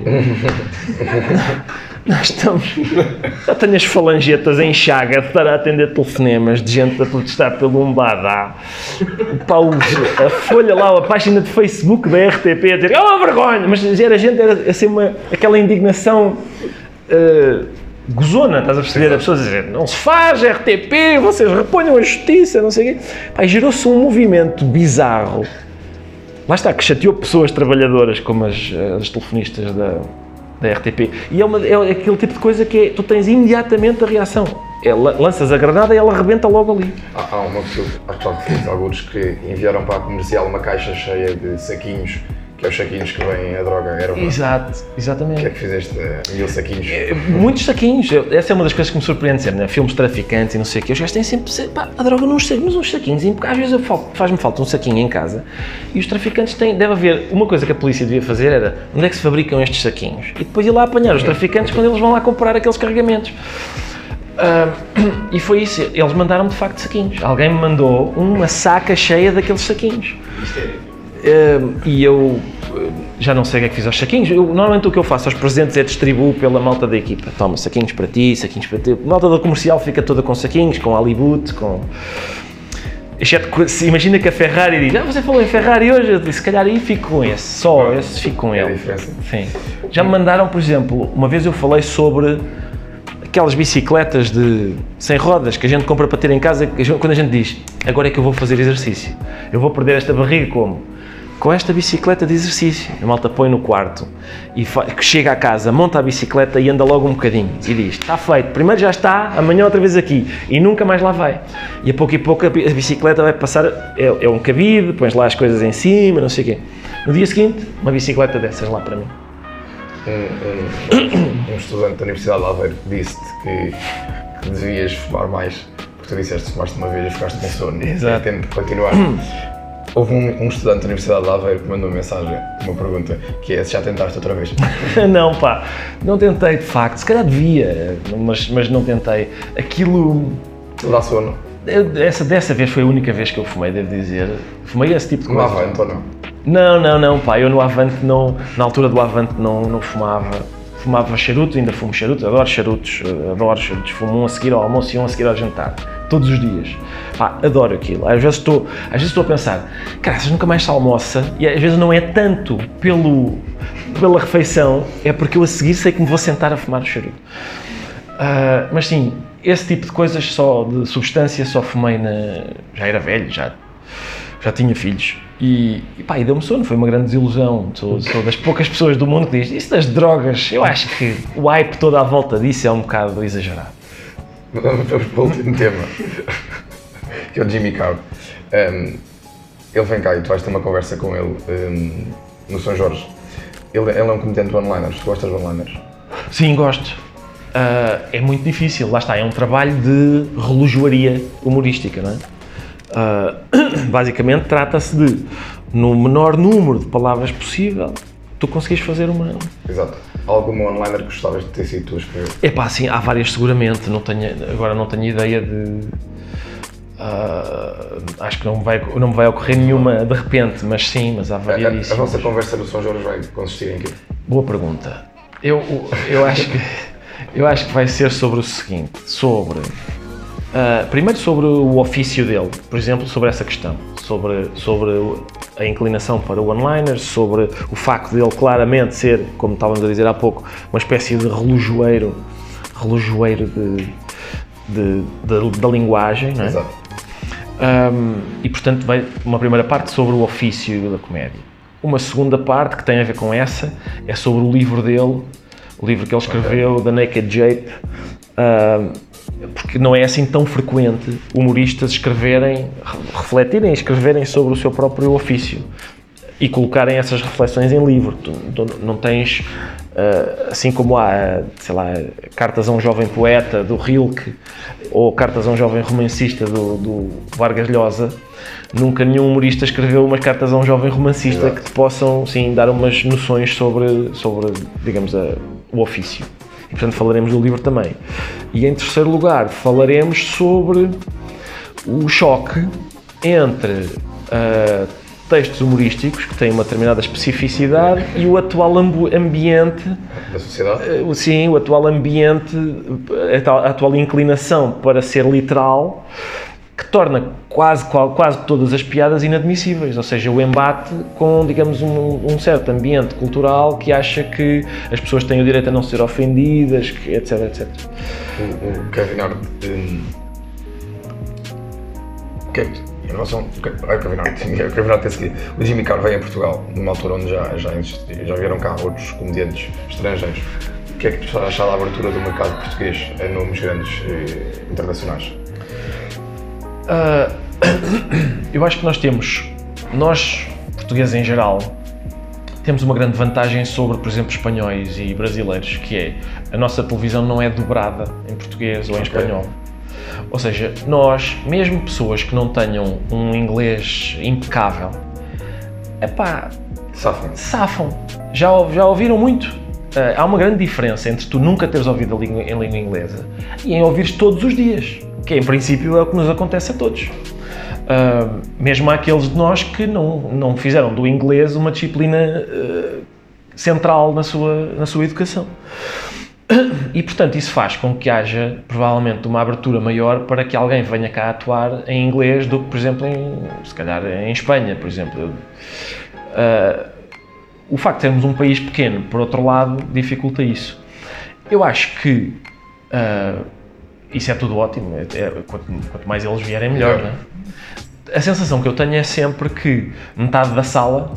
nós estamos, já tenho as falangetas em chaga de estar a atender telefonemas de gente a protestar pelo Umbadá, pá, a folha lá, a página de Facebook da R T P a dizer, é uma vergonha, mas era gente, era assim uma, aquela indignação uh, gozona, estás a perceber, as pessoas a dizer, não se faz R T P, vocês reponham a justiça, não sei o quê, pá, e gerou-se um movimento bizarro, lá está, que chateou pessoas trabalhadoras como as, as telefonistas da da R T P, e é, uma, é aquele tipo de coisa que é, tu tens imediatamente a reação, é, lanças a granada e ela rebenta logo ali. Há, há uma pessoa, acho que fiz alguns que enviaram para a Comercial uma caixa cheia de saquinhos, que é os saquinhos que vêm a droga, era uma... Exato, exatamente. O que é que fizeste? Mil saquinhos? É, muitos saquinhos, essa é uma das coisas que me surpreende sempre, né? Filmes traficantes e não sei o quê, os gajos têm sempre, pá, a droga nos saquinhos, uns saquinhos, às vezes faz-me falta um saquinho em casa e os traficantes têm, deve haver, uma coisa que a polícia devia fazer era, onde é que se fabricam estes saquinhos? E depois ir lá apanhar os traficantes quando eles vão lá comprar aqueles carregamentos. Uh, e foi isso, eles mandaram de facto saquinhos, alguém me mandou uma saca cheia daqueles saquinhos. Uh, e eu já não sei o que é que fiz aos saquinhos. Eu, normalmente o que eu faço aos presentes é distribuo pela malta da equipa. Toma, saquinhos para ti, saquinhos para ti. A malta da Comercial fica toda com saquinhos, com Alibut, com... Exceto, imagina que a Ferrari diz, ah, você falou em Ferrari hoje, eu disse, se calhar aí fico com esse, só esse fico com ele. Sim. Já me mandaram, por exemplo, uma vez eu falei sobre aquelas bicicletas de sem rodas que a gente compra para ter em casa, quando a gente diz, agora é que eu vou fazer exercício, eu vou perder esta barriga como? com esta bicicleta de exercício. A malta põe no quarto e chega à casa, monta a bicicleta e anda logo um bocadinho e diz, está feito, primeiro já está, amanhã outra vez aqui e nunca mais lá vai. E a pouco e pouco a bicicleta vai passar, é, é um cabide, pões lá as coisas em cima, não sei o quê. No dia seguinte, uma bicicleta dessas lá para mim. Um, um, um estudante da Universidade de Aveiro disse-te que, que devias fumar mais, porque tu disseste que fumaste uma vez e ficaste com sono. Exato. Tento continuar. Houve um, um estudante da Universidade de Aveiro que mandou uma mensagem, uma pergunta, que é se já tentaste outra vez? Não, pá, não tentei de facto, se calhar devia, mas, mas não tentei. Aquilo... Dá sono? Eu, essa, dessa vez foi a única vez que eu fumei, devo dizer. Fumei esse tipo de coisa. No Avante ou não? Não, não, não, pá, eu no Avante não, na altura do Avante não, não fumava. Fumava charuto, ainda fumo charutos, adoro charutos, adoro charutos. Fumo um a seguir ao almoço e um a seguir ao jantar, todos os dias. Pá, adoro aquilo. Às vezes estou, às vezes estou a pensar, cara, nunca mais se almoça, e às vezes não é tanto pelo, pela refeição, é porque eu a seguir sei que me vou sentar a fumar o charuto. Uh, mas sim, esse tipo de coisas só, de substância, só fumei na... já era velho, já, já tinha filhos. E, e pá, e deu-me sono, foi uma grande desilusão. Sou, sou das poucas pessoas do mundo que diz isso das drogas, eu acho que o hype todo à volta disso é um bocado exagerado. Vamos para o último tema, que é o Jimmy Carr. Um, ele vem cá e tu vais ter uma conversa com ele um, no São Jorge. Ele, ele é um comediante de one-liners, tu gostas de one-liners? Sim, gosto. Uh, é muito difícil, lá está, é um trabalho de relojoaria humorística, não é? Uh, basicamente trata-se de, no menor número de palavras possível, tu conseguires fazer uma... Exato. Alguma one-liner que gostavas de ter sido tu a escrever? É pá, sim, há várias seguramente, não tenho, agora não tenho ideia de... Uh, acho que não me, vai, não me vai ocorrer nenhuma de repente, mas sim, mas há variadíssimas. A, a, a vossa conversa no São Jorge vai consistir em quê? Boa pergunta. Eu, eu, acho que, eu acho que vai ser sobre o seguinte, sobre... Uh, primeiro sobre o ofício dele, por exemplo, sobre essa questão, sobre, sobre a inclinação para o one-liner, sobre o facto de ele claramente ser, como estávamos a dizer há pouco, uma espécie de relojoeiro, relojoeiro de, de, de, da linguagem, não é? Exato. Um, e portanto vai uma primeira parte sobre o ofício da comédia. Uma segunda parte que tem a ver com essa é sobre o livro dele, o livro que ele escreveu, okay. The Naked Jape, um, porque não é assim tão frequente humoristas escreverem, refletirem e escreverem sobre o seu próprio ofício e colocarem essas reflexões em livro. Tu, tu não tens, uh, assim como há, sei lá, Cartas a um Jovem Poeta, do Rilke, ou Cartas a um Jovem Romancista, do, do Vargas Llosa, nunca nenhum humorista escreveu umas cartas a um jovem romancista Exato. Que te possam, sim, dar umas noções sobre, sobre digamos, a, o ofício. E, portanto, falaremos do livro também. E, em terceiro lugar, falaremos sobre o choque entre uh, textos humorísticos que têm uma determinada especificidade e o atual ambiente... Da sociedade? Uh, sim, o atual ambiente, a atual inclinação para ser literal, que torna quase, quase todas as piadas inadmissíveis, ou seja, o embate com, digamos, um, um certo ambiente cultural que acha que as pessoas têm o direito a não ser ofendidas, que, etc, etcétera. O, o Kevin Hart... Um, que, em relação... Ai, Kevin Hart, sim, o Kevin Hart tem seguido. O Jimmy Carr veio a Portugal, numa altura onde já, já, já vieram cá outros comediantes estrangeiros. O que é que tu estás a achar da abertura do mercado português a nomes grandes eh, internacionais? Uh, eu acho que nós temos, nós portugueses em geral, temos uma grande vantagem sobre, por exemplo, espanhóis e brasileiros, que é, a nossa televisão não é dobrada em português ou em okay. espanhol. Ou seja, nós, mesmo pessoas que não tenham um inglês impecável, epá, safam. safam. Já, já ouviram muito? Uh, há uma grande diferença entre tu nunca teres ouvido a língua, em língua inglesa e em ouvires todos os dias. Que em princípio é o que nos acontece a todos. Uh, mesmo àqueles de nós que não, não fizeram do inglês uma disciplina uh, central na sua, na sua educação. E, portanto, isso faz com que haja, provavelmente, uma abertura maior para que alguém venha cá atuar em inglês do que, por exemplo, em, se calhar em Espanha, por exemplo. Uh, o facto de termos um país pequeno, por outro lado, dificulta isso. Eu acho que uh, isso é tudo ótimo, é, é, quanto, quanto mais eles vierem melhor, não é? A sensação que eu tenho é sempre que metade da sala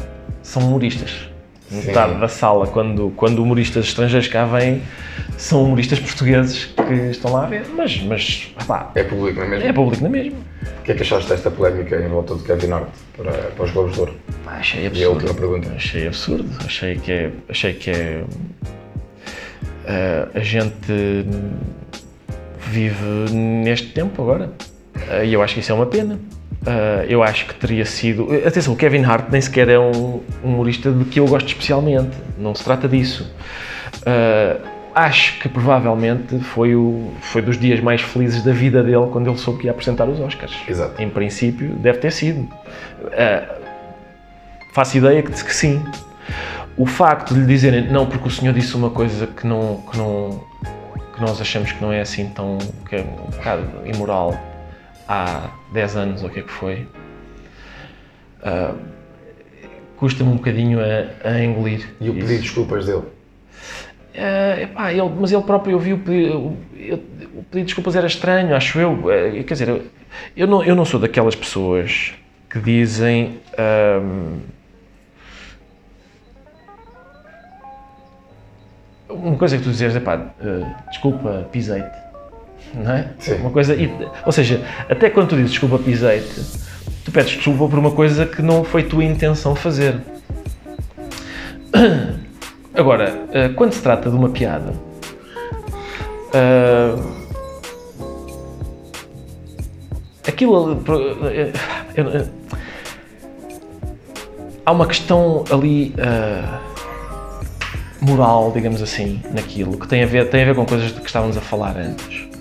são humoristas. Metade da sala, quando, quando humoristas estrangeiros cá vêm, são humoristas portugueses que estão lá a ver, mas, mas pá, é público, não é mesmo? É público, não é mesmo? O que é que achaste desta polémica em volta de Kevin Hart para, para os Globos de Ouro? Pá, achei absurdo. E a última pergunta? Achei absurdo, achei que é... Achei que é uh, a gente vive neste tempo agora, uh, e eu acho que isso é uma pena. Uh, eu acho que teria sido... Atenção, o Kevin Hart nem sequer é um humorista de que eu gosto especialmente, não se trata disso. Uh, acho que provavelmente foi, o, foi dos dias mais felizes da vida dele quando ele soube que ia apresentar os Oscars. Exato. Em princípio, deve ter sido. Uh, faço ideia que, que sim. O facto de lhe dizerem, não, porque o senhor disse uma coisa que, não, que, não, que nós achamos que não é assim tão... que é um bocado imoral, há dez anos, ou o que é que foi, uh, custa-me um bocadinho a, a engolir. E o pedido de desculpas dele? Uh, epá, ele, mas ele próprio, eu vi o pedido, o, o pedido de desculpas era estranho, acho eu. Uh, quer dizer, eu, eu, não, eu não sou daquelas pessoas que dizem... Um, uma coisa que tu dizes, epá, uh, desculpa, pisei-te. Não é? Sim. Uma coisa, ou seja, até quando tu dizes desculpa, pisei-te, tu pedes desculpa por uma coisa que não foi tua intenção fazer. Agora, quando se trata de uma piada, aquilo, há uma questão ali moral, digamos assim, naquilo, que tem a ver, tem a ver com coisas de que estávamos a falar antes.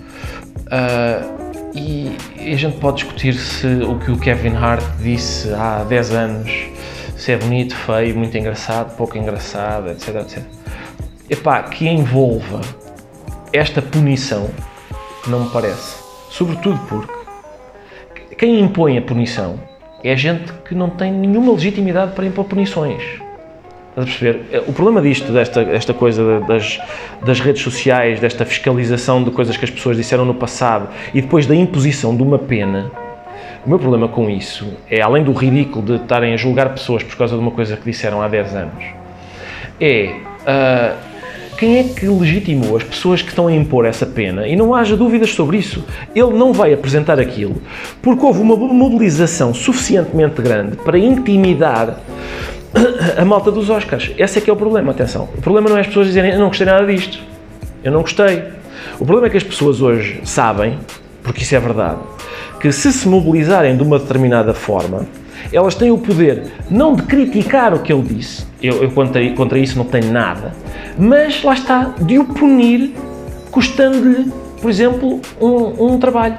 Uh, e, e a gente pode discutir se o que o Kevin Hart disse há dez anos, se é bonito, feio, muito engraçado, pouco engraçado, etc, etcétera. Epá, que envolva esta punição, não me parece. Sobretudo porque quem impõe a punição é gente que não tem nenhuma legitimidade para impor punições. Estás a perceber? O problema disto, desta, desta coisa das, das redes sociais, desta fiscalização de coisas que as pessoas disseram no passado e depois da imposição de uma pena, o meu problema com isso é, além do ridículo de estarem a julgar pessoas por causa de uma coisa que disseram há dez anos, é uh, quem é que legitimou as pessoas que estão a impor essa pena, e não haja dúvidas sobre isso. Ele não vai apresentar aquilo porque houve uma mobilização suficientemente grande para intimidar a malta dos Oscars. Esse é que é o problema, atenção. O problema não é as pessoas dizerem, eu não gostei nada disto, eu não gostei. O problema é que as pessoas hoje sabem, porque isso é verdade, que se se mobilizarem de uma determinada forma, elas têm o poder não de criticar o que ele disse, eu, eu contra, contra isso não tenho nada, mas lá está, de o punir, custando-lhe, por exemplo, um, um trabalho.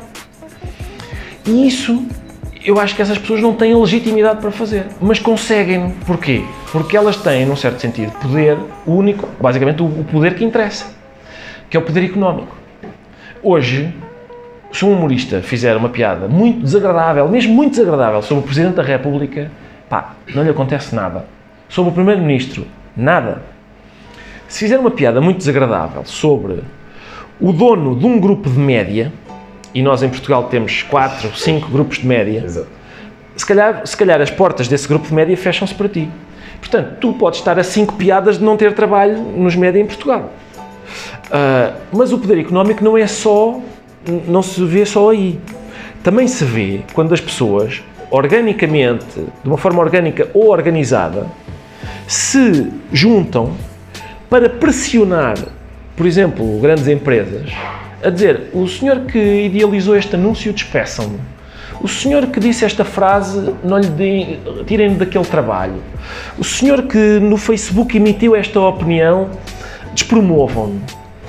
E isso... eu acho que essas pessoas não têm legitimidade para fazer, mas conseguem. Porquê? Porque elas têm, num certo sentido, poder único, basicamente o poder que interessa, que é o poder económico. Hoje, se um humorista fizer uma piada muito desagradável, mesmo muito desagradável, sobre o Presidente da República, pá, não lhe acontece nada. Sobre o Primeiro-Ministro, nada. Se fizer uma piada muito desagradável sobre o dono de um grupo de média, e nós em Portugal temos quatro, cinco grupos de média, exato, se calhar, se calhar as portas desse grupo de média fecham-se para ti. Portanto, tu podes estar a cinco piadas de não ter trabalho nos média em Portugal. Uh, mas o poder económico não é só, não se vê só aí. Também se vê quando as pessoas, organicamente, de uma forma orgânica ou organizada, se juntam para pressionar, por exemplo, grandes empresas, a dizer, o senhor que idealizou este anúncio, despeçam-me. O senhor que disse esta frase, não lhe deem, tirem-me daquele trabalho. O senhor que no Facebook emitiu esta opinião, despromovam-me.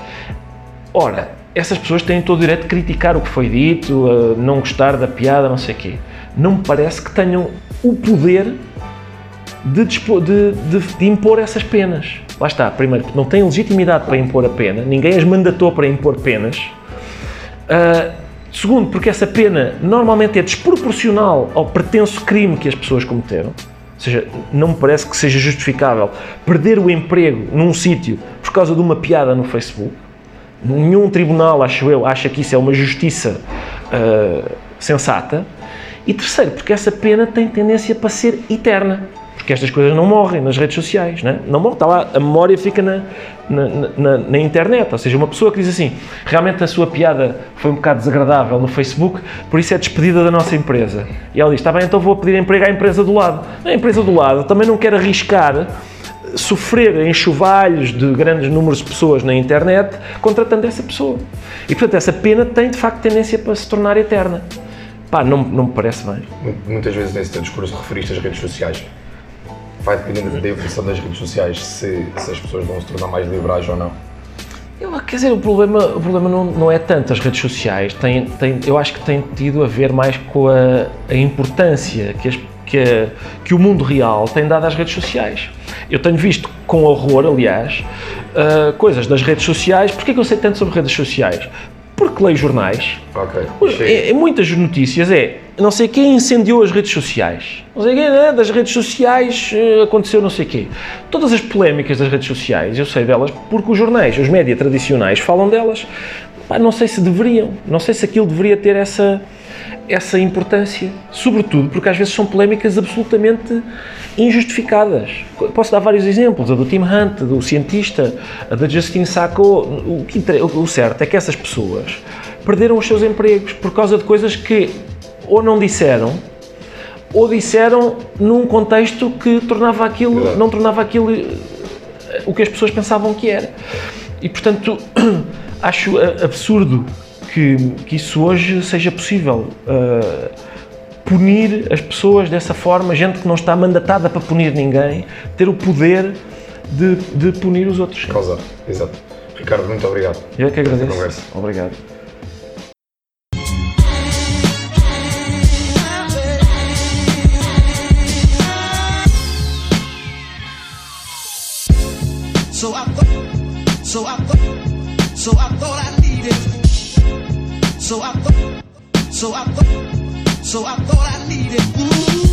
Ora, essas pessoas têm todo o direito de criticar o que foi dito, não gostar da piada, não sei o quê. Não me parece que tenham o poder de, de, de, de impor essas penas. Lá está, primeiro, porque não têm legitimidade para impor a pena, ninguém as mandatou para impor penas. Uh, segundo, porque essa pena normalmente é desproporcional ao pretenso crime que as pessoas cometeram. Ou seja, não me parece que seja justificável perder o emprego num sítio por causa de uma piada no Facebook. Nenhum tribunal, acho eu, acha que isso é uma justiça uh, sensata. E terceiro, porque essa pena tem tendência para ser eterna. Porque porque estas coisas não morrem nas redes sociais, não é? Não morre, está lá, a memória fica na, na, na, na internet, ou seja, uma pessoa que diz assim, realmente a sua piada foi um bocado desagradável no Facebook, por isso é despedida da nossa empresa. E ela diz, está bem, então vou pedir emprego à empresa do lado. A empresa do lado também não quer arriscar sofrer enxovalhos de grandes números de pessoas na internet contratando essa pessoa. E, portanto, essa pena tem, de facto, tendência para se tornar eterna. Pá, não, não me parece bem. Muitas vezes nesse teu discurso referiste às redes sociais. Vai dependendo da evolução das redes sociais se, se as pessoas vão se tornar mais liberais ou não. Eu, quer dizer, o problema, o problema não, não é tanto as redes sociais, tem, tem, eu acho que tem tido a ver mais com a, a importância que, as, que, a, que o mundo real tem dado às redes sociais. Eu tenho visto com horror, aliás, uh, coisas das redes sociais. Porquê que eu sei tanto sobre redes sociais? Porque leio jornais. Ok. Em, em muitas notícias é, não sei quem incendiou as redes sociais. Não sei quem, né? Das redes sociais uh, aconteceu não sei quê. Todas as polémicas das redes sociais, eu sei delas porque os jornais, os média tradicionais falam delas. Pá, não sei se deveriam, não sei se aquilo deveria ter essa, essa importância. Sobretudo porque às vezes são polémicas absolutamente injustificadas. Posso dar vários exemplos, a do Tim Hunt, do cientista, a da Justine Sacco. O, que, o certo é que essas pessoas perderam os seus empregos por causa de coisas que ou não disseram, ou disseram num contexto que tornava aquilo, não tornava aquilo o que as pessoas pensavam que era. E, portanto, acho absurdo que, que isso hoje seja possível. Uh, punir as pessoas dessa forma, gente que não está mandatada para punir ninguém, ter o poder de, de punir os outros. Causar, exato. Ricardo, muito obrigado. Eu é que agradeço. Obrigado. So I thought, so I thought, so I thought I needed. So I thought, so I thought, so I thought I needed. Ooh.